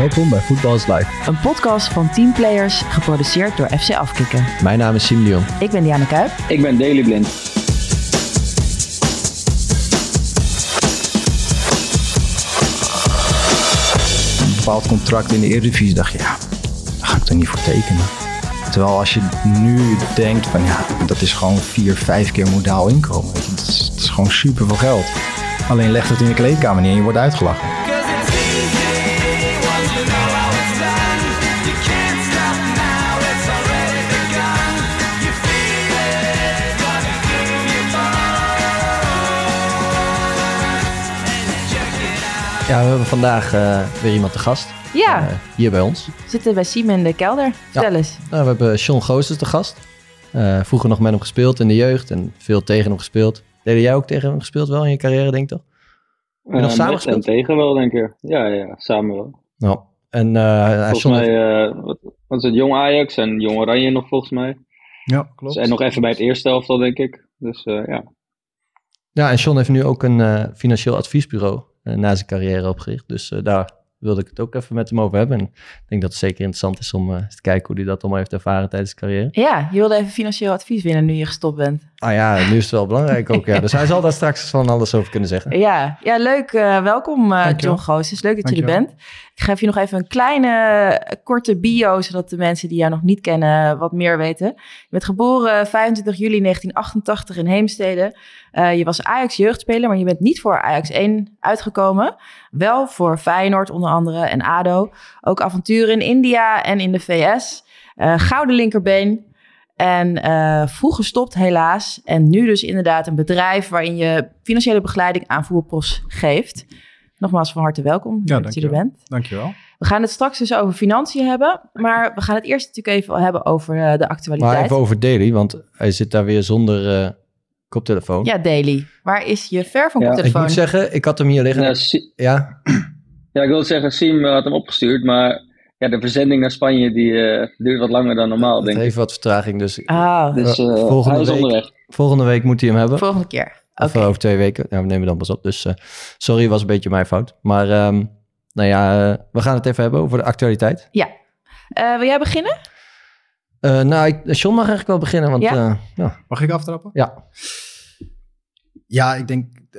Welkom bij Voetbal is Live. Een podcast van teamplayers, geproduceerd door FC Afkikken. Mijn naam is Siem Leon. Ik ben Diana Kuip. Ik ben Daley Blind. Een bepaald contract in de Eredivisie dacht je, ja, daar ga ik er niet voor tekenen. Terwijl als je nu denkt van ja, dat is gewoon 4-5 keer modaal inkomen. Het is gewoon super veel geld. Alleen leg het in de kleedkamer neer en je wordt uitgelachen. Ja, we hebben vandaag weer iemand te gast. Ja. Hier bij ons. We zitten bij Siem in de kelder. Vertel eens. Nou, we hebben Sean Goossens te gast. Vroeger nog met hem gespeeld in de jeugd en veel tegen hem gespeeld. Deden jij ook tegen hem gespeeld wel in je carrière, denk ik toch? Heb je nog samen gespeeld? En tegen wel, denk ik. Ja, samen wel. Nou, en volgens mij, wat is het, Jong Ajax en Jong Oranje nog volgens mij. Ja, klopt. Dus, en nog even bij het eerste elftal, denk ik. Dus ja. Ja, en Sean heeft nu ook een financieel adviesbureau na zijn carrière opgericht. Dus daar wilde ik het ook even met hem over hebben. En ik denk dat het zeker interessant is om eens te kijken hoe hij dat allemaal heeft ervaren tijdens zijn carrière. Ja, je wilde even financieel advies winnen nu je gestopt bent. Ah ja, nu is het wel belangrijk ook. Ja. Dus hij zal daar straks van alles over kunnen zeggen. Ja leuk. Welkom John Goossens. Leuk dat je er bent. Ik geef je nog even een kleine, korte bio, zodat de mensen die jou nog niet kennen wat meer weten. Je bent geboren 25 juli 1988 in Heemstede. Je was Ajax jeugdspeler, maar je bent niet voor Ajax 1 uitgekomen. Wel voor Feyenoord onder andere en ADO. Ook avonturen in India en in de VS. Gouden linkerbeen. En vroeg gestopt helaas. En nu dus inderdaad een bedrijf waarin je financiële begeleiding aan voetbalprofs geeft. Nogmaals van harte welkom dat je er bent. Dankjewel. We gaan het straks dus over financiën hebben. Maar we gaan het eerst natuurlijk even hebben over de actualiteit. Maar even over Daley, want hij zit daar weer zonder koptelefoon. Ja, Daley. Waar is je ver van koptelefoon? Ik moet zeggen, ik had hem hier liggen. Ja, ik wil zeggen, Siem had hem opgestuurd, maar ja, de verzending naar Spanje die duurt wat langer dan normaal, denk ik. Het heeft wat vertraging, dus, dus hij is onderweg. Volgende week moet hij hem hebben. Volgende keer. Of over 2 weken. Ja, we nemen dan pas op. Dus sorry, was een beetje mijn fout. Maar we gaan het even hebben over de actualiteit. Ja. Wil jij beginnen? Sean mag eigenlijk wel beginnen. Want, Mag ik aftrappen? Ja. Ja, ik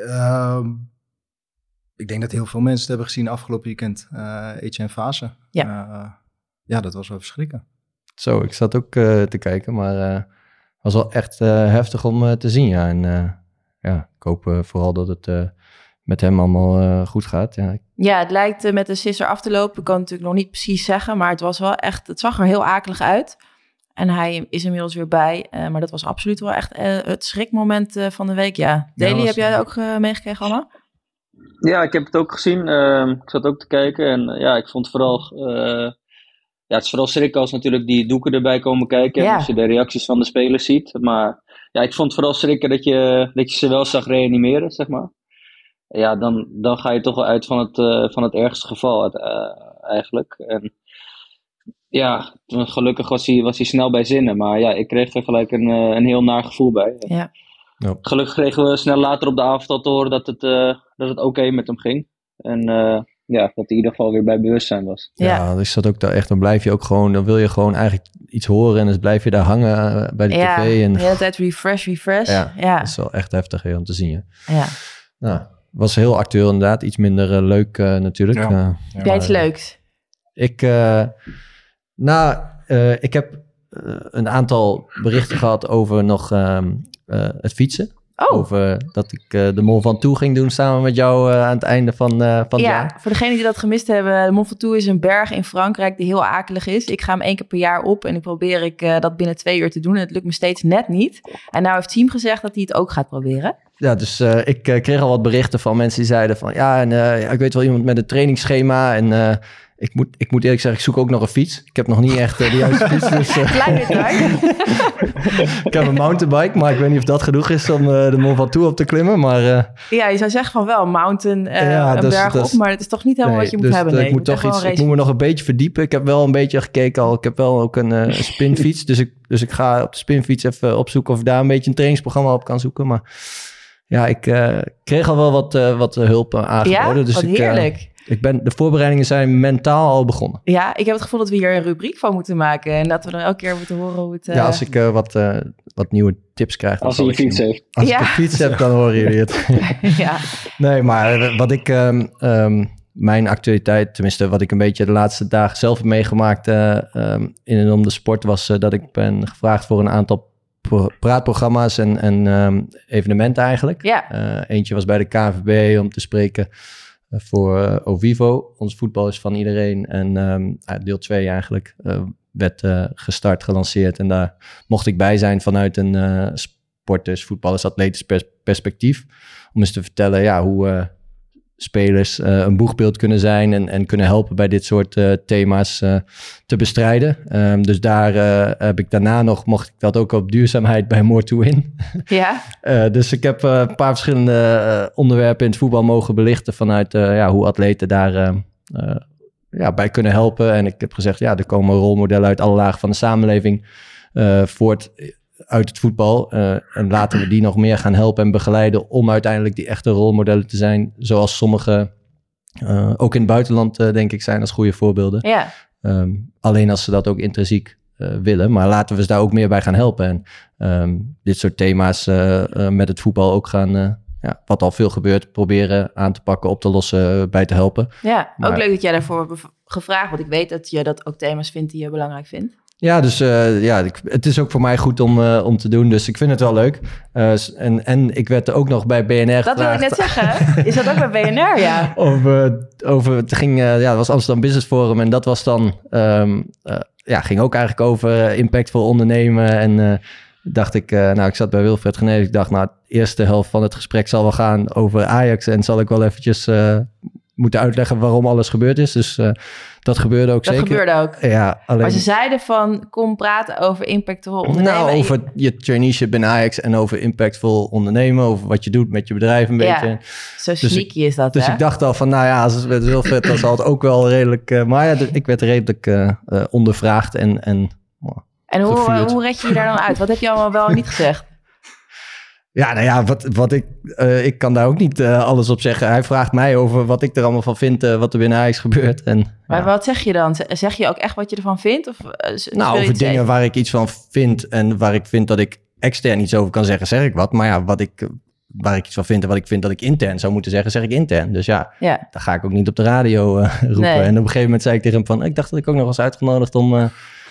denk dat heel veel mensen het hebben gezien afgelopen weekend. Etienne Fase. Ja, dat was wel verschrikken. Zo, ik zat ook te kijken, maar het was wel echt heftig om te zien. Ja. En ik hoop vooral dat het met hem allemaal goed gaat. Ja, het lijkt met de sisser af te lopen. Ik kan het natuurlijk nog niet precies zeggen, maar het was wel echt, het zag er heel akelig uit. En hij is inmiddels weer bij. Maar dat was absoluut wel echt het schrikmoment van de week. Ja. Daley, heb jij dat ook meegekregen allemaal? Ja, ik heb het ook gezien. Ik zat ook te kijken. En ik vond vooral... het is vooral schrik als natuurlijk die doeken erbij komen kijken. En als je de reacties van de spelers ziet. Maar ja, ik vond vooral schrikken dat je ze wel zag reanimeren, zeg maar. Ja, dan ga je toch wel uit van het ergste geval eigenlijk. En ja, gelukkig was hij snel bij zinnen. Maar ja, ik kreeg er gelijk een heel naar gevoel bij. Ja. Ja. Gelukkig kregen we snel later op de avond al te horen dat het oké met hem ging. En dat hij in ieder geval weer bij bewustzijn was. Ja, dus dat ook daar echt, dan blijf je ook gewoon, dan wil je gewoon eigenlijk iets horen en dus blijf je daar hangen bij de tv. En de hele tijd refresh. Ja, dat is wel echt heftig om te zien. Ja. Nou, was heel actueel inderdaad, iets minder leuk natuurlijk. Heb jij iets leuks? Ik heb een aantal berichten gehad over nog het fietsen. Over dat ik de Mont Ventoux ging doen samen met jou aan het einde van het jaar. Voor degenen die dat gemist hebben, de Mont Ventoux is een berg in Frankrijk die heel akelig is. Ik ga hem 1 keer per jaar op en probeer dat binnen 2 uur te doen. En het lukt me steeds net niet. En nou heeft Siem gezegd dat hij het ook gaat proberen. Ja, dus ik kreeg al wat berichten van mensen die zeiden van... ik weet wel iemand met een trainingsschema en... Ik moet eerlijk zeggen, ik zoek ook nog een fiets. Ik heb nog niet echt de juiste fiets. Dus, klein detail. Ik heb een mountainbike, maar ik weet niet of dat genoeg is om de Mont Ventoux op te klimmen. Maar, je zou zeggen van wel, een berg op, maar het is toch niet helemaal wat je moet hebben. Nee, ik moet me nog een beetje verdiepen. Ik heb wel een beetje gekeken al. Ik heb wel ook een spinfiets. Dus ik ga op de spinfiets even opzoeken of ik daar een beetje een trainingsprogramma op kan zoeken. Maar ja, ik kreeg al wel wat hulp aangeboden. Ja, dus wat heerlijk. De voorbereidingen zijn mentaal al begonnen. Ja, ik heb het gevoel dat we hier een rubriek van moeten maken. En dat we dan elke keer moeten horen hoe het... Ja, als ik wat nieuwe tips krijg. Als je een fiets heeft. Als ik een fiets heb, dan horen jullie het. Ja. Nee, maar wat ik... mijn actualiteit, tenminste wat ik een beetje de laatste dagen zelf heb meegemaakt in en om de sport, was dat ik ben gevraagd voor een aantal praatprogramma's en evenementen eigenlijk. Ja. Eentje was bij de KNVB om te spreken voor Ovivo. Ons voetbal is van iedereen. En deel 2 eigenlijk werd gestart, gelanceerd. En daar mocht ik bij zijn vanuit een sporters, voetballers, atletisch perspectief. Om eens te vertellen hoe spelers een boegbeeld kunnen zijn en kunnen helpen bij dit soort thema's te bestrijden. Dus daar heb ik daarna mocht ik dat ook op duurzaamheid bij More to Win. Ja. Dus ik heb een paar verschillende onderwerpen in het voetbal mogen belichten vanuit hoe atleten daar bij kunnen helpen. En ik heb gezegd, er komen rolmodellen uit alle lagen van de samenleving voort uit het voetbal. En laten we die nog meer gaan helpen en begeleiden om uiteindelijk die echte rolmodellen te zijn. Zoals sommige ook in het buitenland denk ik zijn als goede voorbeelden. Ja. Alleen als ze dat ook intrinsiek willen. Maar laten we ze daar ook meer bij gaan helpen. En dit soort thema's met het voetbal ook gaan... wat al veel gebeurt, proberen aan te pakken, op te lossen, bij te helpen. Ja, ook leuk dat jij daarvoor hebt gevraagd. Want ik weet dat je dat ook thema's vindt die je belangrijk vindt. Ja, dus het is ook voor mij goed om te doen. Dus ik vind het wel leuk. En ik werd ook nog bij BNR gevraagd. Dat wil ik net zeggen. Is dat ook bij BNR, ja? Het ging, het was Amsterdam Business Forum. En dat was dan, ging ook eigenlijk over impactvol ondernemen. En dacht ik, ik zat bij Wilfred Genees. Ik dacht, de eerste helft van het gesprek zal wel gaan over Ajax. En zal ik wel eventjes moeten uitleggen waarom alles gebeurd is. Dus dat gebeurde ook zeker. Dat gebeurde ook. Ja, alleen... Maar ze zeiden van, kom praten over impactvol ondernemen. Over je traineeship bij Ajax en over impactvol ondernemen. Over wat je doet met je bedrijf een beetje. Zo sneaky is dat, Dus ik dacht al van, als het met Wilfred, dan zal het ook wel redelijk... maar ik werd redelijk ondervraagd en hoe red je daar dan uit? Wat heb je allemaal wel niet gezegd? Ja, ik kan daar ook niet alles op zeggen. Hij vraagt mij over wat ik er allemaal van vind, wat er binnen Ajax gebeurt. Maar wat zeg je dan? Zeg je ook echt wat je ervan vindt? Of, over dingen waar ik iets van vind en waar ik vind dat ik extern iets over kan zeggen, zeg ik wat. Maar waar ik iets van vind en wat ik vind dat ik intern zou moeten zeggen, zeg ik intern. Dus daar ga ik ook niet op de radio roepen. Nee. En op een gegeven moment zei ik tegen hem van, ik dacht dat ik ook nog was uitgenodigd om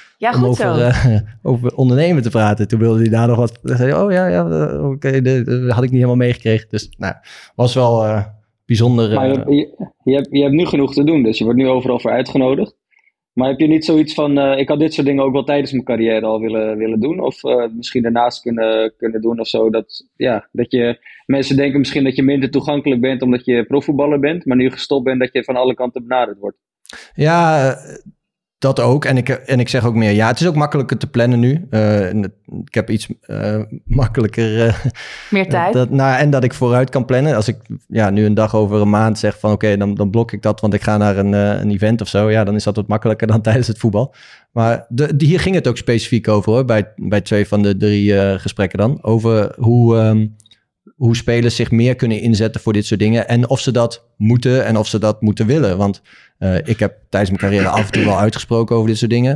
over ondernemen te praten. Toen wilde hij daar nog wat... Oké, dat had ik niet helemaal meegekregen. Dus was wel bijzonder... Maar je hebt nu genoeg te doen, dus je wordt nu overal voor uitgenodigd. Maar heb je niet zoiets van... ik had dit soort dingen ook wel tijdens mijn carrière al willen doen. Of misschien daarnaast kunnen doen of zo. Dat je... Mensen denken misschien dat je minder toegankelijk bent omdat je profvoetballer bent. Maar nu je gestopt bent, dat je van alle kanten benaderd wordt. Ja... Dat ook. En ik zeg ook meer, het is ook makkelijker te plannen nu. Ik heb iets makkelijker... meer tijd. En dat ik vooruit kan plannen. Als ik nu een dag over een maand zeg van oké, dan blok ik dat, want ik ga naar een event of zo. Ja, dan is dat wat makkelijker dan tijdens het voetbal. Maar hier ging het ook specifiek over hoor, bij 2 van de 3 gesprekken dan. Over hoe spelers zich meer kunnen inzetten voor dit soort dingen. En of ze dat moeten en of ze dat moeten willen. Want ik heb tijdens mijn carrière af en toe wel uitgesproken over dit soort dingen.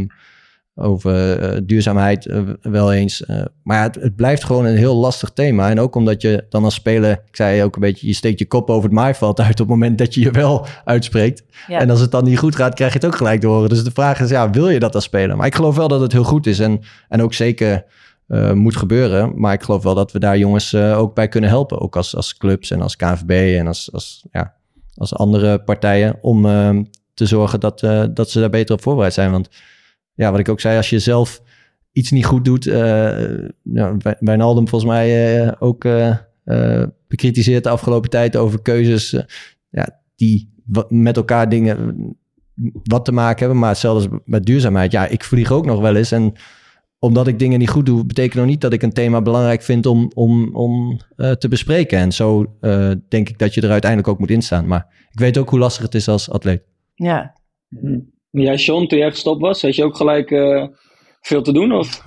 Over duurzaamheid wel eens. Maar het blijft gewoon een heel lastig thema. En ook omdat je dan als speler, ik zei ook een beetje, je steekt je kop over het maaiveld uit op het moment dat je je wel uitspreekt. Ja. En als het dan niet goed gaat, krijg je het ook gelijk te horen. Dus de vraag is, wil je dat als speler? Maar ik geloof wel dat het heel goed is en ook zeker... moet gebeuren. Maar ik geloof wel dat we daar jongens ook bij kunnen helpen. Ook als clubs en als KNVB en als andere partijen. Om te zorgen dat ze daar beter op voorbereid zijn. Want wat ik ook zei, als je zelf iets niet goed doet. Wijnaldum volgens mij ook bekritiseerd de afgelopen tijd over keuzes. Die met elkaar dingen wat te maken hebben. Maar hetzelfde als met duurzaamheid. Ik vlieg ook nog wel eens en omdat ik dingen niet goed doe, betekent nog niet dat ik een thema belangrijk vind om te bespreken. En zo denk ik dat je er uiteindelijk ook moet instaan. Maar ik weet ook hoe lastig het is als atleet. Ja. Ja, Sean, toen jij gestopt was, had je ook gelijk veel te doen? Of?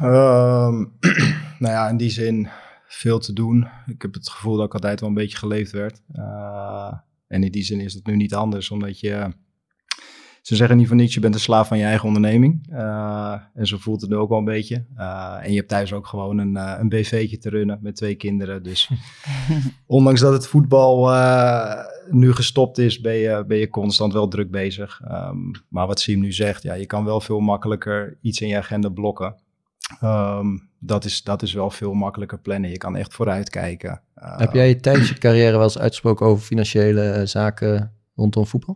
In die zin veel te doen. Ik heb het gevoel dat ik altijd wel een beetje geleefd werd. En in die zin is het nu niet anders, omdat ze zeggen niet voor niets, je bent een slaaf van je eigen onderneming. En zo voelt het nu ook wel een beetje. En je hebt thuis ook gewoon een BV'tje te runnen met 2 kinderen. Dus ondanks dat het voetbal nu gestopt is, ben je constant wel druk bezig. Maar wat Siem nu zegt, je kan wel veel makkelijker iets in je agenda blokken. Dat is wel veel makkelijker plannen. Je kan echt vooruit kijken. Heb jij tijdens je carrière wel eens uitgesproken over financiële zaken rondom voetbal?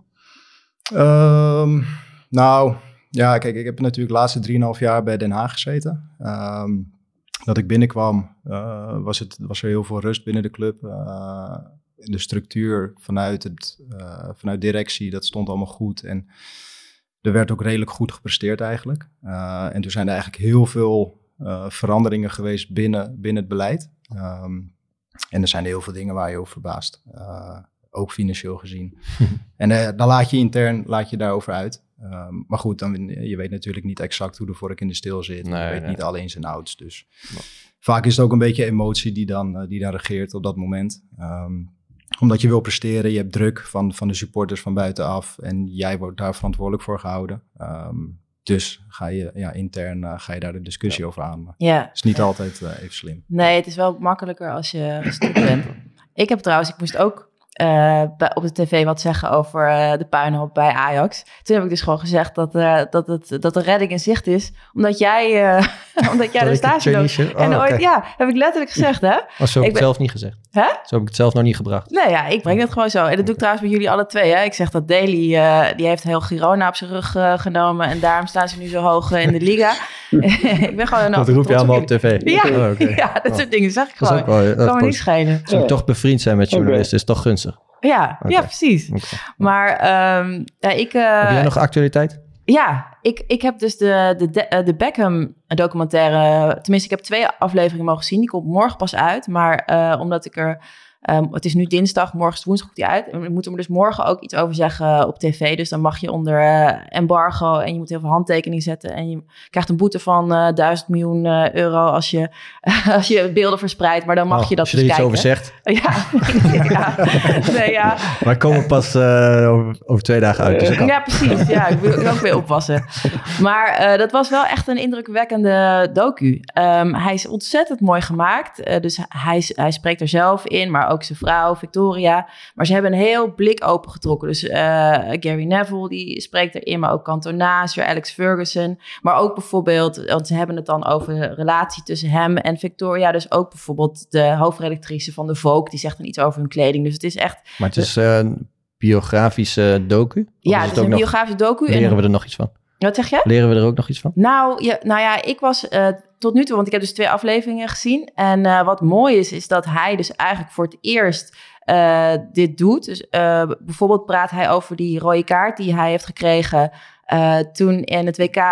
Kijk, ik heb natuurlijk de laatste 3,5 jaar bij Den Haag gezeten. Dat ik binnenkwam, was er heel veel rust binnen de club. De structuur vanuit directie, dat stond allemaal goed. En er werd ook redelijk goed gepresteerd eigenlijk. En toen zijn er eigenlijk heel veel veranderingen geweest binnen het beleid. En er zijn heel veel dingen waar je over verbaast. Ook financieel gezien. En dan laat je intern daarover uit. Maar goed, je weet natuurlijk niet exact hoe de vork in de steel zit. Je weet niet alle ins en outs. Dus vaak is het ook een beetje emotie die dan regeert op dat moment. Omdat je wil presteren, je hebt druk van de supporters van buitenaf. En jij wordt daar verantwoordelijk voor gehouden. Dus ga je intern daar de discussie over aan. Het is niet altijd even slim. Nee, het is wel makkelijker als je gestopt bent. Ik moest ook op de tv wat zeggen over de puinhoop bij Ajax. Toen heb ik dus gewoon gezegd dat de redding in zicht is, omdat jij de stage loopt. Heb ik letterlijk gezegd, hè? Zo heb ik het zelf niet gezegd. Hè? Zo heb ik het zelf nog niet gebracht. Nee, ik breng het gewoon zo. En dat doe ik trouwens bij jullie alle 2, hè? Ik zeg dat Daly, die heeft heel Girona op zijn rug genomen en daarom staan ze nu zo hoog in de Liga. Ik ben gewoon dat roep je allemaal op tv? Ja, dat soort dingen zeg ik gewoon. Dat kan me niet schelen. Als we toch bevriend zijn met journalisten, is het toch gunstig? Ja, precies. Okay. Maar heb jij nog actualiteit? Ja, ik heb dus de Beckham documentaire, tenminste ik heb 2 afleveringen mogen zien. Die komt morgen pas uit, maar omdat ik het is nu dinsdag, morgen is woensdag komt die uit. En ik moet er dus morgen ook iets over zeggen op tv. Dus dan mag je onder embargo en je moet heel veel handtekeningen zetten. En je krijgt een boete van 1000 miljoen euro als je beelden verspreidt. Maar dan mag je dat dus kijken. Als je er iets over zegt. Ja. Maar komen pas over 2 dagen uit. Dus ja, precies. Ja, ik wil ook weer oppassen. Maar dat was wel echt een indrukwekkende docu. Hij is ontzettend mooi gemaakt. Dus hij spreekt er zelf in, maar ook zijn vrouw, Victoria. Maar ze hebben een heel blik opengetrokken. Dus Gary Neville, die spreekt erin, maar ook Cantona, Sir Alex Ferguson. Maar ook bijvoorbeeld, want ze hebben het dan over de relatie tussen hem en Victoria. Dus ook bijvoorbeeld de hoofdredactrice van de Vogue, die zegt dan iets over hun kleding. Dus het is echt... Maar het is een biografische docu? Ja, het is een biografische docu. Leren we er nog iets van? Wat zeg je? Leren we er ook nog iets van? Nou ja, ik was tot nu toe, want ik heb dus 2 afleveringen gezien. En wat mooi is dat hij dus eigenlijk voor het eerst dit doet. Dus bijvoorbeeld praat hij over die rode kaart die hij heeft gekregen toen in het WK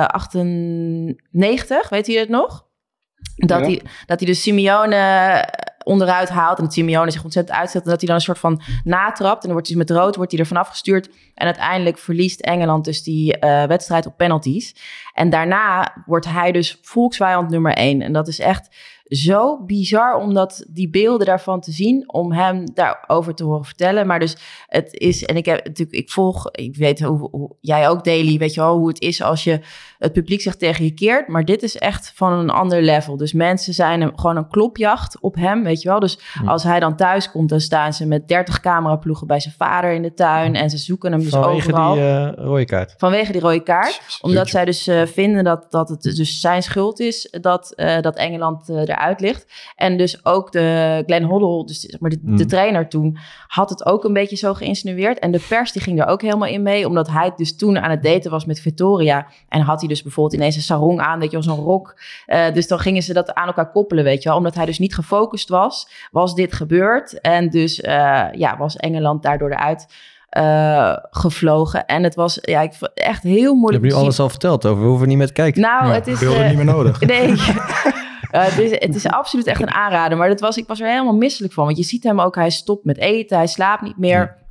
98. Weet u het nog? Dat hij dus Simeone onderuit haalt en dat Simeone zich ontzettend uitzet en dat hij dan een soort van natrapt en dan wordt hij met rood er vanaf gestuurd en uiteindelijk verliest Engeland dus die wedstrijd op penalties. En daarna wordt hij dus volksvijand nummer 1 en dat is echt zo bizar om die beelden daarvan te zien, om hem daarover te horen vertellen. Maar dus het is, en ik weet hoe jij ook, Daly, weet je wel, hoe het is als je het publiek zich tegen je keert. Maar dit is echt van een ander level. Dus mensen zijn gewoon een klopjacht op hem, weet je wel. Dus als hij dan thuis komt, dan staan ze met 30 cameraploegen bij zijn vader in de tuin en ze zoeken hem dus overal. Vanwege die rode kaart? Vanwege die rode kaart. Omdat zij dus vinden dat het dus zijn schuld is dat Engeland eruit ligt. En dus ook de Glenn Hoddle, dus zeg maar de trainer toen, had het ook een beetje zo geïnsinueerd. En de pers die ging er ook helemaal in mee, omdat hij dus toen aan het daten was met Victoria. En had hij dus bijvoorbeeld ineens een sarong aan, weet je wel, zo'n rok. Dus dan gingen ze dat aan elkaar koppelen, weet je wel. Omdat hij dus niet gefocust was dit gebeurd. En dus was Engeland daardoor eruit gevlogen. En het was ik vond het echt heel moeilijk. Heb je nu alles al verteld over? We hoeven niet meer te kijken. Nou, het is niet meer nodig. Nee. Het is absoluut echt een aanrader. Maar ik was er helemaal misselijk van. Want je ziet hem ook, hij stopt met eten, hij slaapt niet meer.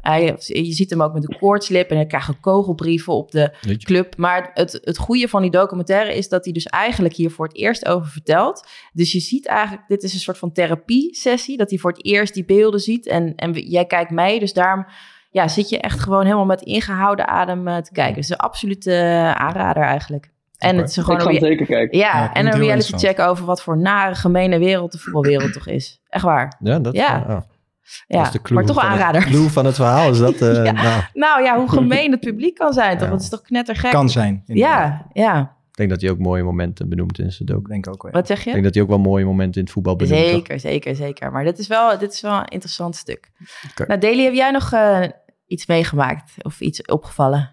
Je ziet hem ook met een koortslip en hij krijgt kogelbrieven op de club. Maar het goede van die documentaire is dat hij dus eigenlijk hier voor het eerst over vertelt. Dus je ziet eigenlijk, dit is een soort van therapie-sessie, dat hij voor het eerst die beelden ziet en jij kijkt mee. Dus daarom zit je echt gewoon helemaal met ingehouden adem te kijken. Dus een absolute aanrader eigenlijk. En het is gewoon ik ga hem zeker kijken. Ja, en een reality check over wat voor nare, gemene wereld de voetbalwereld toch is. Echt waar. Ja, dat is de clue, maar toch aanrader. De clue van het verhaal is dat... hoe gemeen het publiek kan zijn. Toch? Dat is toch knettergek. Kan zijn. Ja. Ik denk dat hij ook mooie momenten benoemt in zijn docu. Denk ook wel. Wat zeg je? Ik denk dat hij ook wel mooie momenten in het voetbal benoemt. Zeker. Maar dit is wel een interessant stuk. Okay. Nou, Daly, heb jij nog iets meegemaakt of iets opgevallen?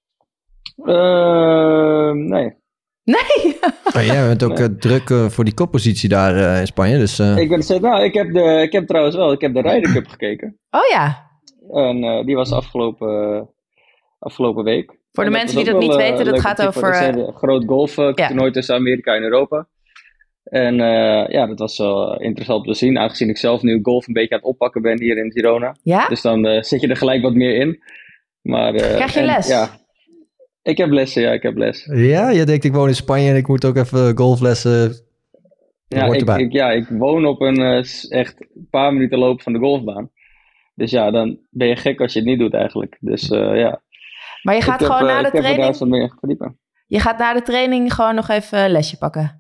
Nee. Nee? Jij bent ook druk voor die koppositie daar in Spanje. Dus, ik heb trouwens wel. Ik heb de Ryder Cup gekeken. Oh ja. En die was afgelopen week. Voor de mensen die dat niet weten, dat gaat over... Het is een groot golftoernooi tussen Amerika en Europa. En dat was wel interessant om te zien. Aangezien ik zelf nu golf een beetje aan het oppakken ben hier in Girona. Ja? Dus dan zit je er gelijk wat meer in. Maar, krijg je les? Ja. Ik heb les. Ja, je denkt ik woon in Spanje en ik moet ook even golflessen. Ik woon op een echt paar minuten lopen van de golfbaan. Dus dan ben je gek als je het niet doet eigenlijk. Dus Maar je gaat gewoon na de training... Ik heb er daar meer verdiepen. Je gaat na de training gewoon nog even een lesje pakken?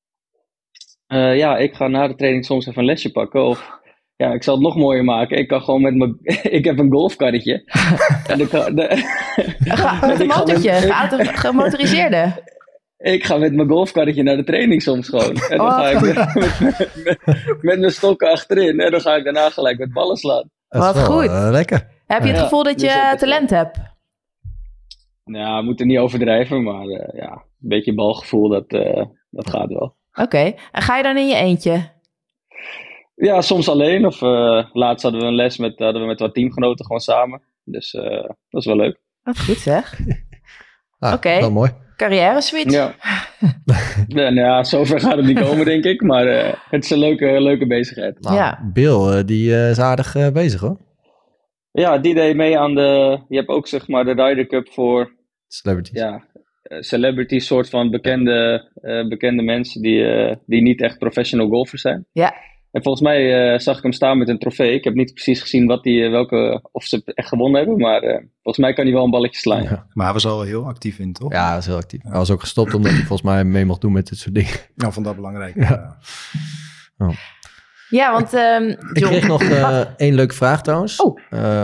Ik ga na de training soms even een lesje pakken. Of ik zal het nog mooier maken. Ik kan gewoon met mijn... Ik heb een golfkarretje. Met een motortje? Gemotoriseerde? Ik ga met mijn golfkarretje naar de training soms gewoon. En dan ga ik met mijn stokken achterin. En dan ga ik daarna gelijk met ballen slaan. Wat goed. Lekker. Heb je het gevoel dat je talent hebt? Nou, we moeten niet overdrijven. Maar een beetje balgevoel, dat gaat wel. Oké. En ga je dan in je eentje? Ja, soms alleen. Of laatst hadden we een les met wat teamgenoten gewoon samen. Dus dat is wel leuk. Wat goed zeg. Oké. Wel mooi. Carrière switch. Ja. Zover gaat het niet komen, denk ik. Maar het is een leuke bezigheid. Nou, Bill, die is aardig bezig, hoor. Ja, die deed mee aan je hebt ook zeg maar de Ryder Cup voor... Celebrities. Ja, celebrities, soort van bekende mensen die niet echt professional golfers zijn. Ja. En volgens mij zag ik hem staan met een trofee. Ik heb niet precies gezien of ze echt gewonnen hebben. Maar volgens mij kan hij wel een balletje slaan. Ja. Maar hij was al heel actief in, toch? Ja, hij was heel actief. Hij was ook gestopt omdat hij volgens mij mee mocht doen met dit soort dingen. Nou, vond dat belangrijk. Ja. Ja, want... ik kreeg nog één leuke vraag trouwens. Oh.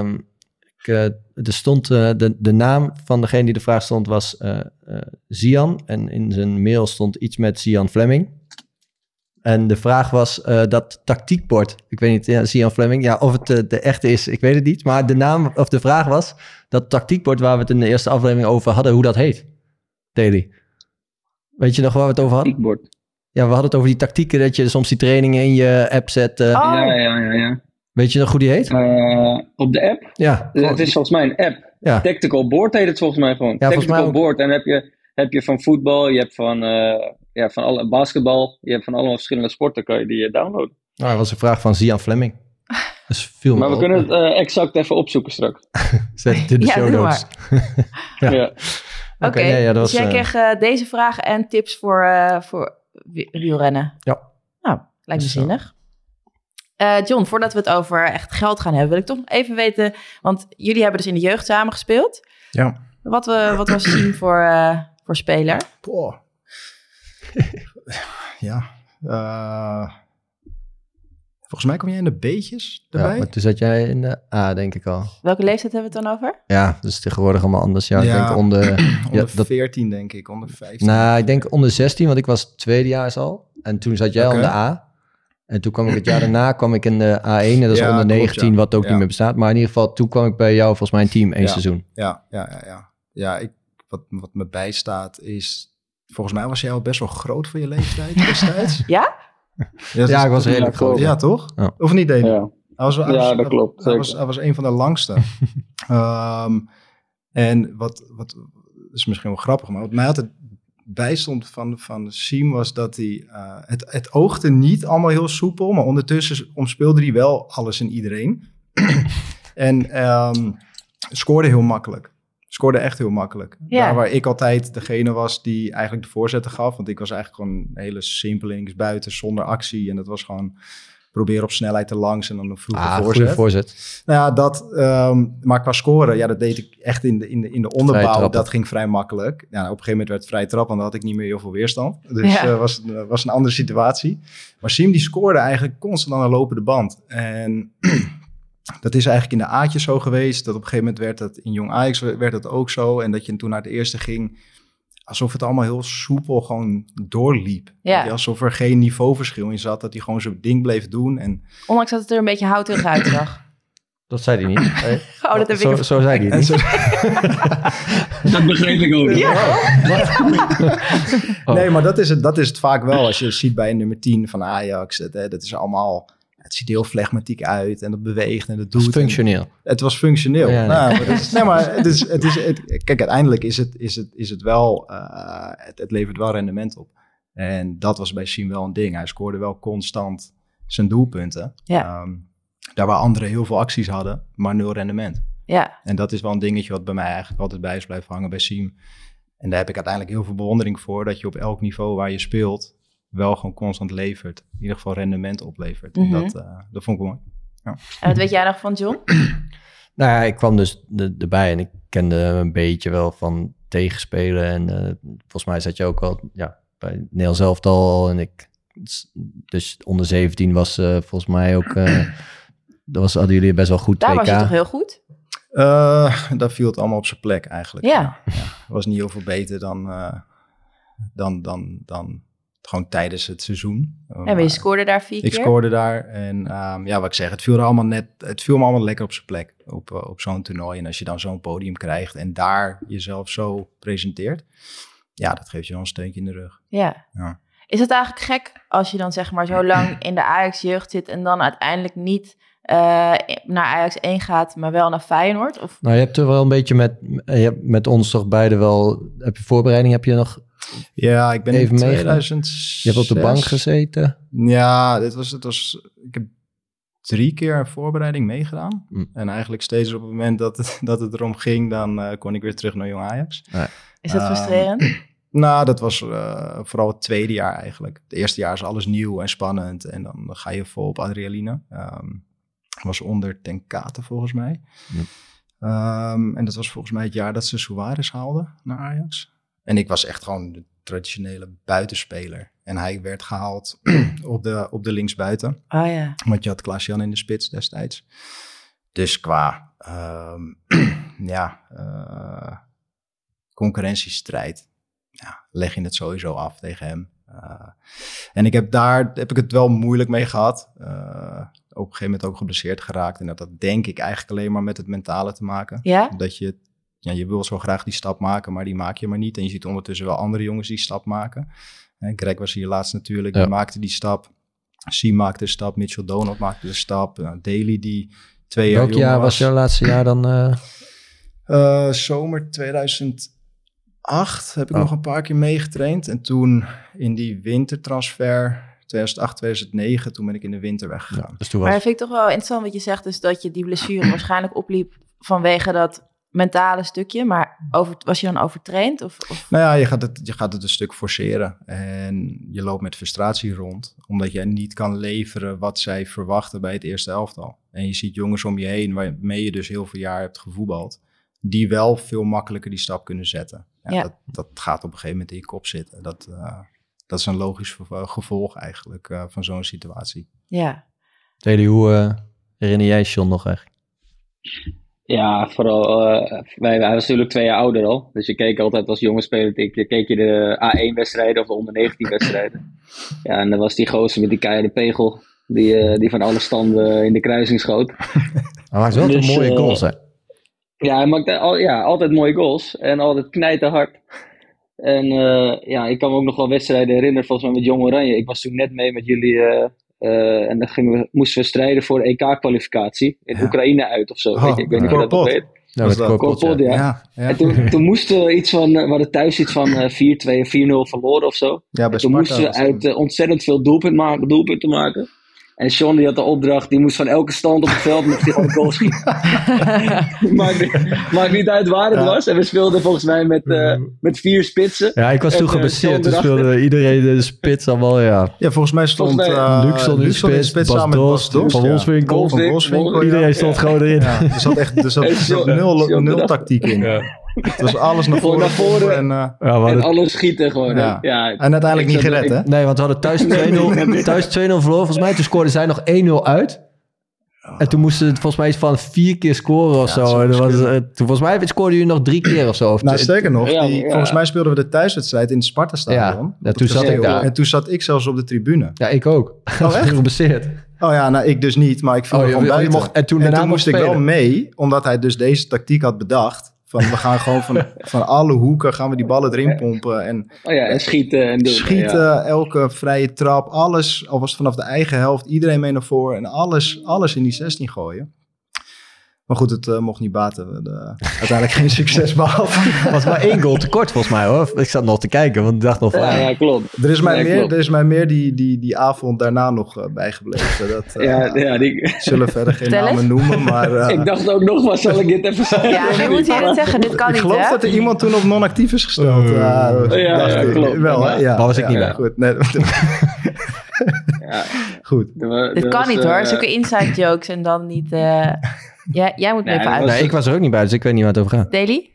Er stond de naam van degene die de vraag stond was Zian. En in zijn mail stond iets met Zian Fleming. En de vraag was dat tactiekbord. Ik weet niet, Zian Fleming. Ja, of het de echte is, ik weet het niet. Maar de naam of de vraag was dat tactiekbord waar we het in de eerste aflevering over hadden, hoe dat heet. Daly. Weet je nog waar we het over hadden? Tactiekbord. Ja, we hadden het over die tactieken dat je soms die trainingen in je app zet. Ja. Weet je nog hoe die heet? Op de app? Ja. Het is volgens mij een app. Ja. Tactical Board heet het volgens mij gewoon. Ja, Tactical Board. En heb je van voetbal, je hebt van alle basketbal, je hebt van allemaal verschillende sporten, kan je die downloaden. Nou, dat was een vraag van Zian Fleming. Dus viel me maar we op. kunnen het exact even opzoeken straks. Zet het in de show notes. Ja. Oké, dus jij kreeg deze vragen en tips voor wielrennen. Ja. Nou, lijkt me zinnig. John, voordat we het over echt geld gaan hebben, wil ik toch even weten, want jullie hebben dus in de jeugd samengespeeld. Ja. Wat was Siem voor speler? Boah. Ja. Volgens mij kom jij in de B'tjes erbij. Ja, maar toen zat jij in de A, denk ik al. Welke leeftijd hebben we het dan over? Ja, dus tegenwoordig allemaal anders. Ja, ik denk onder 14 denk ik, onder 15. Nou, ik denk onder 16, want ik was tweedejaars al. En toen zat jij al in de A. En toen kwam ik het jaar daarna in de A1. En dat is onder 19, klopt, wat ook niet meer bestaat. Maar in ieder geval, toen kwam ik bij jou volgens mij een team 1 seizoen. Ja, wat me bijstaat is... Volgens mij was jij al best wel groot voor je leeftijd destijds. Ja? Ja, ik was redelijk groot. Ja, toch? Ja. Of niet, Dave? Ja. Dat klopt. Hij was een van de langste. En wat is misschien wel grappig, maar wat mij altijd bijstond van Siem was dat hij... Het oogde niet allemaal heel soepel, maar ondertussen omspeelde hij wel alles en iedereen. En scoorde heel makkelijk. Scoorde echt heel makkelijk. Ja. Daar waar ik altijd degene was die eigenlijk de voorzetten gaf. Want ik was eigenlijk gewoon een hele simpele linksbuiten zonder actie. En dat was gewoon proberen op snelheid te langs en dan een vroege voorzet. Voorzet. Nou ja, maar qua scoren, dat deed ik echt in de onderbouw. Dat ging vrij makkelijk. Ja, op een gegeven moment werd het vrij trap, want dan had ik niet meer heel veel weerstand. Dus was een andere situatie. Maar Siem die scoorde eigenlijk constant aan de lopende band. En dat is eigenlijk in de A'tjes zo geweest. Dat op een gegeven moment werd dat in Jong Ajax werd dat ook zo. En dat je toen naar het eerste ging, alsof het allemaal heel soepel gewoon doorliep. Ja. Alsof er geen niveauverschil in zat. Dat hij gewoon zijn ding bleef doen. En ondanks dat het er een beetje houterig uitzag. Dat zei hij niet. Hey. Dat heb ik zo zei hij niet. Dat begreep ik ook. Ja. Nee, maar dat is het vaak wel. Als je ziet bij nummer 10 van Ajax. Dat is allemaal... Het ziet heel flegmatiek uit en dat beweegt en dat doet. Het was functioneel. Het was functioneel. Ja, nee. Maar kijk, uiteindelijk is het wel... Het levert wel rendement op. En dat was bij Siem wel een ding. Hij scoorde wel constant zijn doelpunten. Ja. Daar waar anderen heel veel acties hadden, maar 0 rendement. Ja. En dat is wel een dingetje wat bij mij eigenlijk altijd bij is blijven hangen bij Siem. En daar heb ik uiteindelijk heel veel bewondering voor. Dat je op elk niveau waar je speelt wel gewoon constant levert. In ieder geval rendement oplevert. Mm-hmm. Dat vond ik mooi. Ja. En wat weet jij nog van John? Nou ja, ik kwam dus erbij en ik kende een beetje wel van tegenspelen. En volgens mij zat je ook al bij Nederlands elftal. En dus onder 17 was volgens mij ook... hadden jullie best wel goed Daar TK. was je toch heel goed? Daar viel het allemaal op zijn plek eigenlijk. Ja. Was niet heel veel beter dan gewoon tijdens het seizoen. En je scoorde daar 4 keer? Ik scoorde daar. En wat ik zeg, het viel me allemaal lekker op zijn plek. Op zo'n toernooi. En als je dan zo'n podium krijgt en daar jezelf zo presenteert. Ja, dat geeft je wel een steuntje in de rug. Ja. Is het eigenlijk gek als je dan zeg maar zo lang in de Ajax-jeugd zit en dan uiteindelijk niet naar Ajax 1 gaat, maar wel naar Feyenoord? Of? Nou, je hebt er wel een beetje met ons toch beide wel... Heb je nog... Ja, ik ben even in 2000. Je hebt op de bank gezeten. Ja, het was. Ik heb 3 keer een voorbereiding meegedaan. En eigenlijk steeds op het moment dat het erom ging, dan kon ik weer terug naar Jong Ajax. Is dat frustrerend? Nou, dat was vooral het tweede jaar eigenlijk. Het eerste jaar is alles nieuw en spannend. En dan ga je vol op adrenaline. Was onder Ten Kate volgens mij. En dat was volgens mij het jaar dat ze Suarez haalden naar Ajax. En ik was echt gewoon de traditionele buitenspeler. En hij werd gehaald op de linksbuiten. Oh ja. Want je had Klaas-Jan in de spits destijds. Dus qua concurrentiestrijd leg je het sowieso af tegen hem. En heb ik het wel moeilijk mee gehad. Op een gegeven moment ook geblesseerd geraakt. En dat had denk ik eigenlijk alleen maar met het mentale te maken. Ja? Dat je wil zo graag die stap maken, maar die maak je maar niet. En je ziet ondertussen wel andere jongens die stap maken. Greg was hier laatst natuurlijk, die maakte die stap. Siem maakte de stap, Mitchell Donald maakte de stap. Daly die 2 jaar Welk jonger jaar was jouw laatste jaar dan? Zomer 2008 heb ik nog een paar keer meegetraind. En toen in die wintertransfer 2008, 2009, toen ben ik in de winter weggegaan. Dus maar dat vind ik toch wel interessant wat je zegt, dus dat je die blessure waarschijnlijk opliep vanwege dat mentale stukje, maar was je dan overtraind? Of? Nou ja, je gaat het een stuk forceren en je loopt met frustratie rond, omdat jij niet kan leveren wat zij verwachten bij het eerste elftal. En je ziet jongens om je heen, waarmee je dus heel veel jaar hebt gevoetbald, die wel veel makkelijker die stap kunnen zetten. Dat gaat op een gegeven moment in je kop zitten. Dat is een logisch gevolg eigenlijk van zo'n situatie. Ja. Daly, hoe herinner jij John nog echt? Ja, vooral, hij was natuurlijk 2 jaar ouder al. Dus je keek altijd als jonge speler, keek je de A1-wedstrijden of de onder 19-wedstrijden. Ja, en dan was die gozer met die keiharde pegel, die van alle standen in de kruising schoot. Hij maakt wel een mooie goals, hè? Ja, hij maakt altijd mooie goals en altijd knijterhard. En ik kan me ook nog wel wedstrijden herinneren, volgens mij met Jong Oranje. Ik was toen net mee met jullie en dan moesten we strijden voor de EK-kwalificatie in Oekraïne uit of zo. Ik weet niet of je dat nog weet. Ja, met Korpot, ja. En toen moesten we we hadden thuis iets van 4-2 of 4-0 verloren of zo. Ja, bij toen moesten we uit ontzettend veel doelpunten maken. En Sean die had de opdracht, die moest van elke stand op het veld moest hij gewoon een goal schieten. maakt niet uit waar het was. En we speelden volgens mij met 4 spitsen. Ja, ik was toen geblesseerd. Toen speelde iedereen de spits allemaal, Ja, volgens mij stond Luc stond in de spits, samen met Bas Dost. Van Wolfswinkel. Iedereen stond gewoon erin. Ja, er zat nul tactiek in. Ja. Het was alles naar voren en alles schieten gewoon. Ja. En uiteindelijk niet gered, hè? Nee, want we hadden thuis 2-0 verloren volgens mij. Toen scoorden zij nog 1-0 uit. En toen moesten ze volgens mij iets van 4 keer scoren of zo. En toen volgens mij scoorden jullie nog 3 keer of zo. Nou, sterker nog, volgens mij speelden we de thuiswedstrijd in het Sparta-stadion. Ja, toen zat ik daar. En toen zat ik zelfs op de tribune. Ja, ik ook. Oh, echt? Geblesseerd. Oh ja, nou ik dus niet, maar ik viel gewoon buiten. En toen moest ik wel mee, omdat hij dus deze tactiek had bedacht. We gaan gewoon van alle hoeken gaan we die ballen erin pompen. En schieten en doen. Schieten, elke vrije trap, alles, alvast vanaf de eigen helft, iedereen mee naar voren en alles in die 16 gooien. Maar goed, het mocht niet baten. We hadden uiteindelijk geen succes behaald. Het was maar 1 goal tekort volgens mij hoor. Ik zat nog te kijken, want ik dacht nog van... Ja, klopt. Er is mij meer die avond daarna nog bijgebleven. Die zullen verder geen namen noemen, maar... ik dacht ook nog, maar zal ik dit even zeggen? Ja, nu moet je het zeggen, dit kan niet, Ik geloof dat er iemand toen op non-actief is gesteld. Klopt. Wel, hè? Ja. Maar was ik niet bij. Goed, nee. Goed. Dit kan niet hoor, zulke inside jokes en dan niet... jij moet me even uit. Nee, ik was er ook niet bij, dus ik weet niet waar het over gaat. Daily?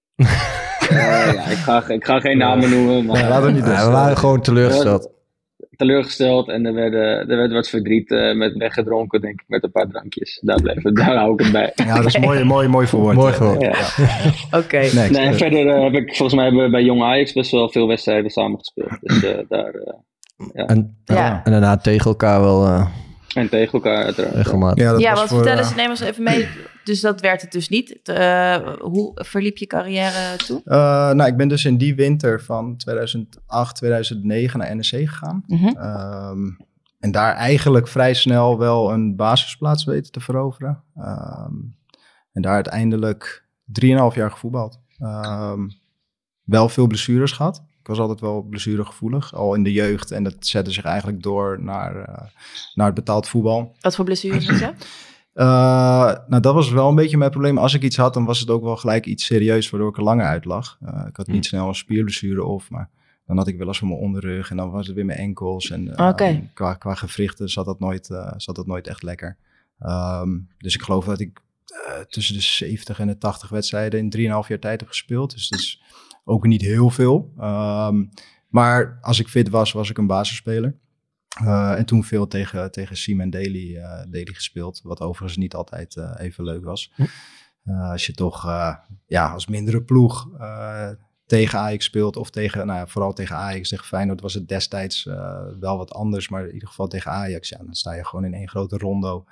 Ik ga geen namen noemen. Maar, we waren gewoon teleurgesteld. En er werd wat verdriet met weggedronken, denk ik, met een paar drankjes. Daar hou ik het bij. Ja, dat is mooi verwoord. Mooi verwoord. Ja. Oké. En verder heb ik volgens mij bij Jong Ajax best wel veel wedstrijden samengespeeld. Dus daar... En daarna tegen elkaar wel... En tegen elkaar uiteraard. Regelmatig. Want vertellen ze, neem ons even mee. Dus dat werd het dus niet. Hoe verliep je carrière toen? Ik ben dus in die winter van 2008, 2009 naar NEC gegaan. Mm-hmm. En daar eigenlijk vrij snel wel een basisplaats weten te veroveren. En daar uiteindelijk 3,5 jaar gevoetbald. Wel veel blessures gehad. Ik was altijd wel blessuregevoelig, al in de jeugd. En dat zette zich eigenlijk door naar het betaald voetbal. Wat voor blessures had je? Dat was wel een beetje mijn probleem. Als ik iets had, dan was het ook wel gelijk iets serieus, waardoor ik er langer uit lag. Ik had niet snel een spierblessure maar dan had ik wel eens van mijn onderrug en dan was het weer mijn enkels. En qua gewrichten zat dat nooit echt lekker. Dus ik geloof dat ik tussen de 70 en de 80 wedstrijden in 3,5 jaar tijd heb gespeeld. Dus dat is ook niet heel veel. Maar als ik fit was ik een basisspeler. En toen veel tegen Siem en Daly gespeeld. Wat overigens niet altijd even leuk was. Als je toch als mindere ploeg tegen Ajax speelt. Of vooral tegen Ajax, tegen Feyenoord was het destijds wel wat anders. Maar in ieder geval tegen Ajax, dan sta je gewoon in één grote rondo.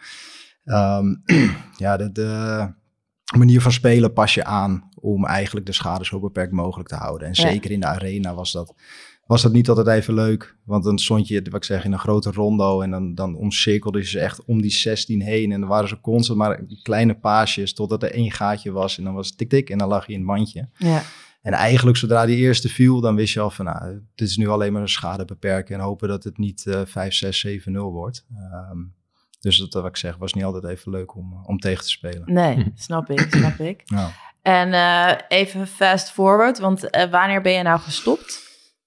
De manier van spelen pas je aan om eigenlijk de schade zo beperkt mogelijk te houden. En zeker in de arena was dat niet altijd even leuk. Want dan stond je, wat ik zeg, in een grote rondo en dan omcirkelde je ze echt om die 16 heen. En dan waren ze constant maar kleine paasjes totdat er 1 gaatje was. En dan was het tik-tik en dan lag je in het mandje. Ja. En eigenlijk zodra die eerste viel, dan wist je al van, dit is nu alleen maar een schade beperken en hopen dat het niet 5, 6, 7-0 wordt. Dus dat, wat ik zeg, was niet altijd even leuk om tegen te spelen. Nee, snap ik. Ja. En even fast forward, want wanneer ben je nou gestopt?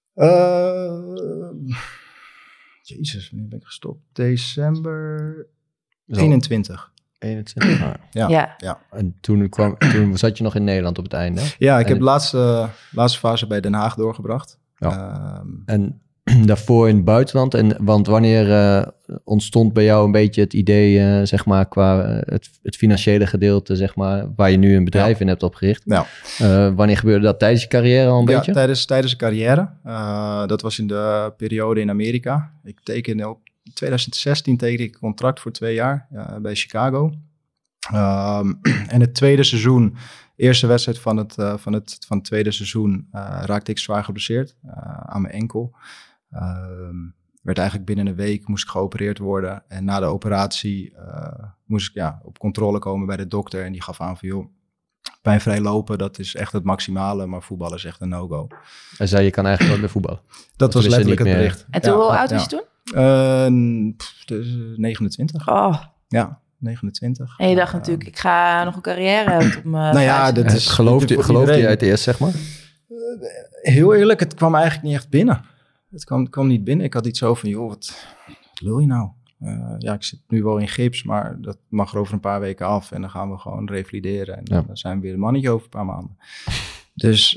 Jezus, wanneer ben ik gestopt? December 21. 21, ja. En toen zat je nog in Nederland op het einde? Ja, ik heb de laatste fase bij Den Haag doorgebracht. Ja. En daarvoor in het buitenland. Want wanneer ontstond bij jou een beetje het idee, zeg maar, qua het financiële gedeelte, zeg maar, waar je nu een bedrijf in hebt opgericht? Ja. Wanneer gebeurde dat? Tijdens je carrière al een beetje? Tijdens de carrière. Dat was in de periode in Amerika. Ik tekende op 2016 tekende ik een contract voor 2 jaar bij Chicago. En het tweede seizoen, eerste wedstrijd van het tweede seizoen, raakte ik zwaar geblesseerd aan mijn enkel. Werd eigenlijk binnen een week moest ik geopereerd worden. En na de operatie moest ik op controle komen bij de dokter. En die gaf aan van, joh, pijnvrij lopen, dat is echt het maximale. Maar voetballen is echt een no-go. Hij zei, je kan eigenlijk nooit meer voetballen. Dat was letterlijk het bericht. En toen, hoe oud was je toen? 29. Oh. Ja, 29. En je dacht natuurlijk, ik ga nog een carrière hebben. Nou ja, dat is... Gelooft je uit eerst, zeg maar? Heel eerlijk, het kwam eigenlijk niet echt binnen. Het kwam niet binnen. Ik had iets zo van, joh, wat lul je nou? Ik zit nu wel in gips, maar dat mag er over een paar weken af. En dan gaan we gewoon revalideren. En dan zijn we weer een mannetje over een paar maanden. Dus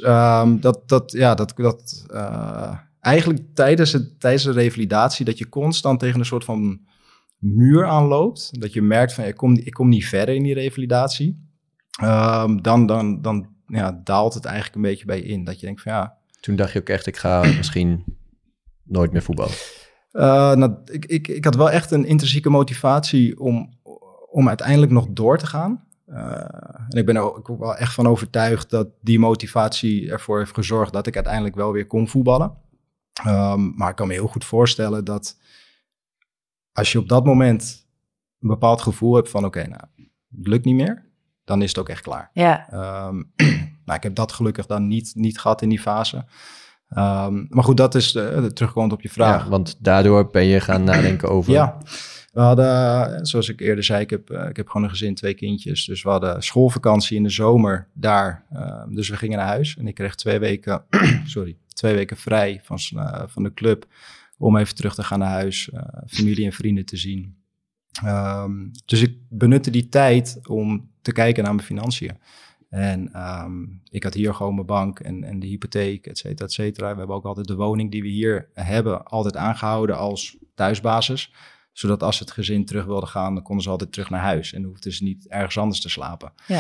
eigenlijk tijdens de revalidatie... dat je constant tegen een soort van muur aanloopt. Dat je merkt van, ik kom niet verder in die revalidatie. Dan daalt het eigenlijk een beetje bij in. Dat je denkt van ja... Toen dacht je ook echt, ik ga misschien nooit meer voetballen. Ik had wel echt een intrinsieke motivatie om uiteindelijk nog door te gaan. En ik ben er ook wel echt van overtuigd dat die motivatie ervoor heeft gezorgd dat ik uiteindelijk wel weer kon voetballen. Maar ik kan me heel goed voorstellen dat als je op dat moment een bepaald gevoel hebt van oké, het lukt niet meer, dan is het ook echt klaar. Ja. Ik heb dat gelukkig dan niet gehad in die fase. Maar goed, dat is terugkomend op je vraag. Ja, want daardoor ben je gaan nadenken over... Ja, we hadden, zoals ik eerder zei, ik heb gewoon een gezin, 2 kindjes. Dus we hadden schoolvakantie in de zomer daar. Dus we gingen naar huis en ik kreeg 2 weken vrij van de club om even terug te gaan naar huis, familie en vrienden te zien. Dus ik benutte die tijd om te kijken naar mijn financiën. En ik had hier gewoon mijn bank en de hypotheek, et cetera, et cetera. We hebben ook altijd de woning die we hier hebben altijd aangehouden als thuisbasis. Zodat als het gezin terug wilde gaan, dan konden ze altijd terug naar huis. En hoefden ze niet ergens anders te slapen. Ja.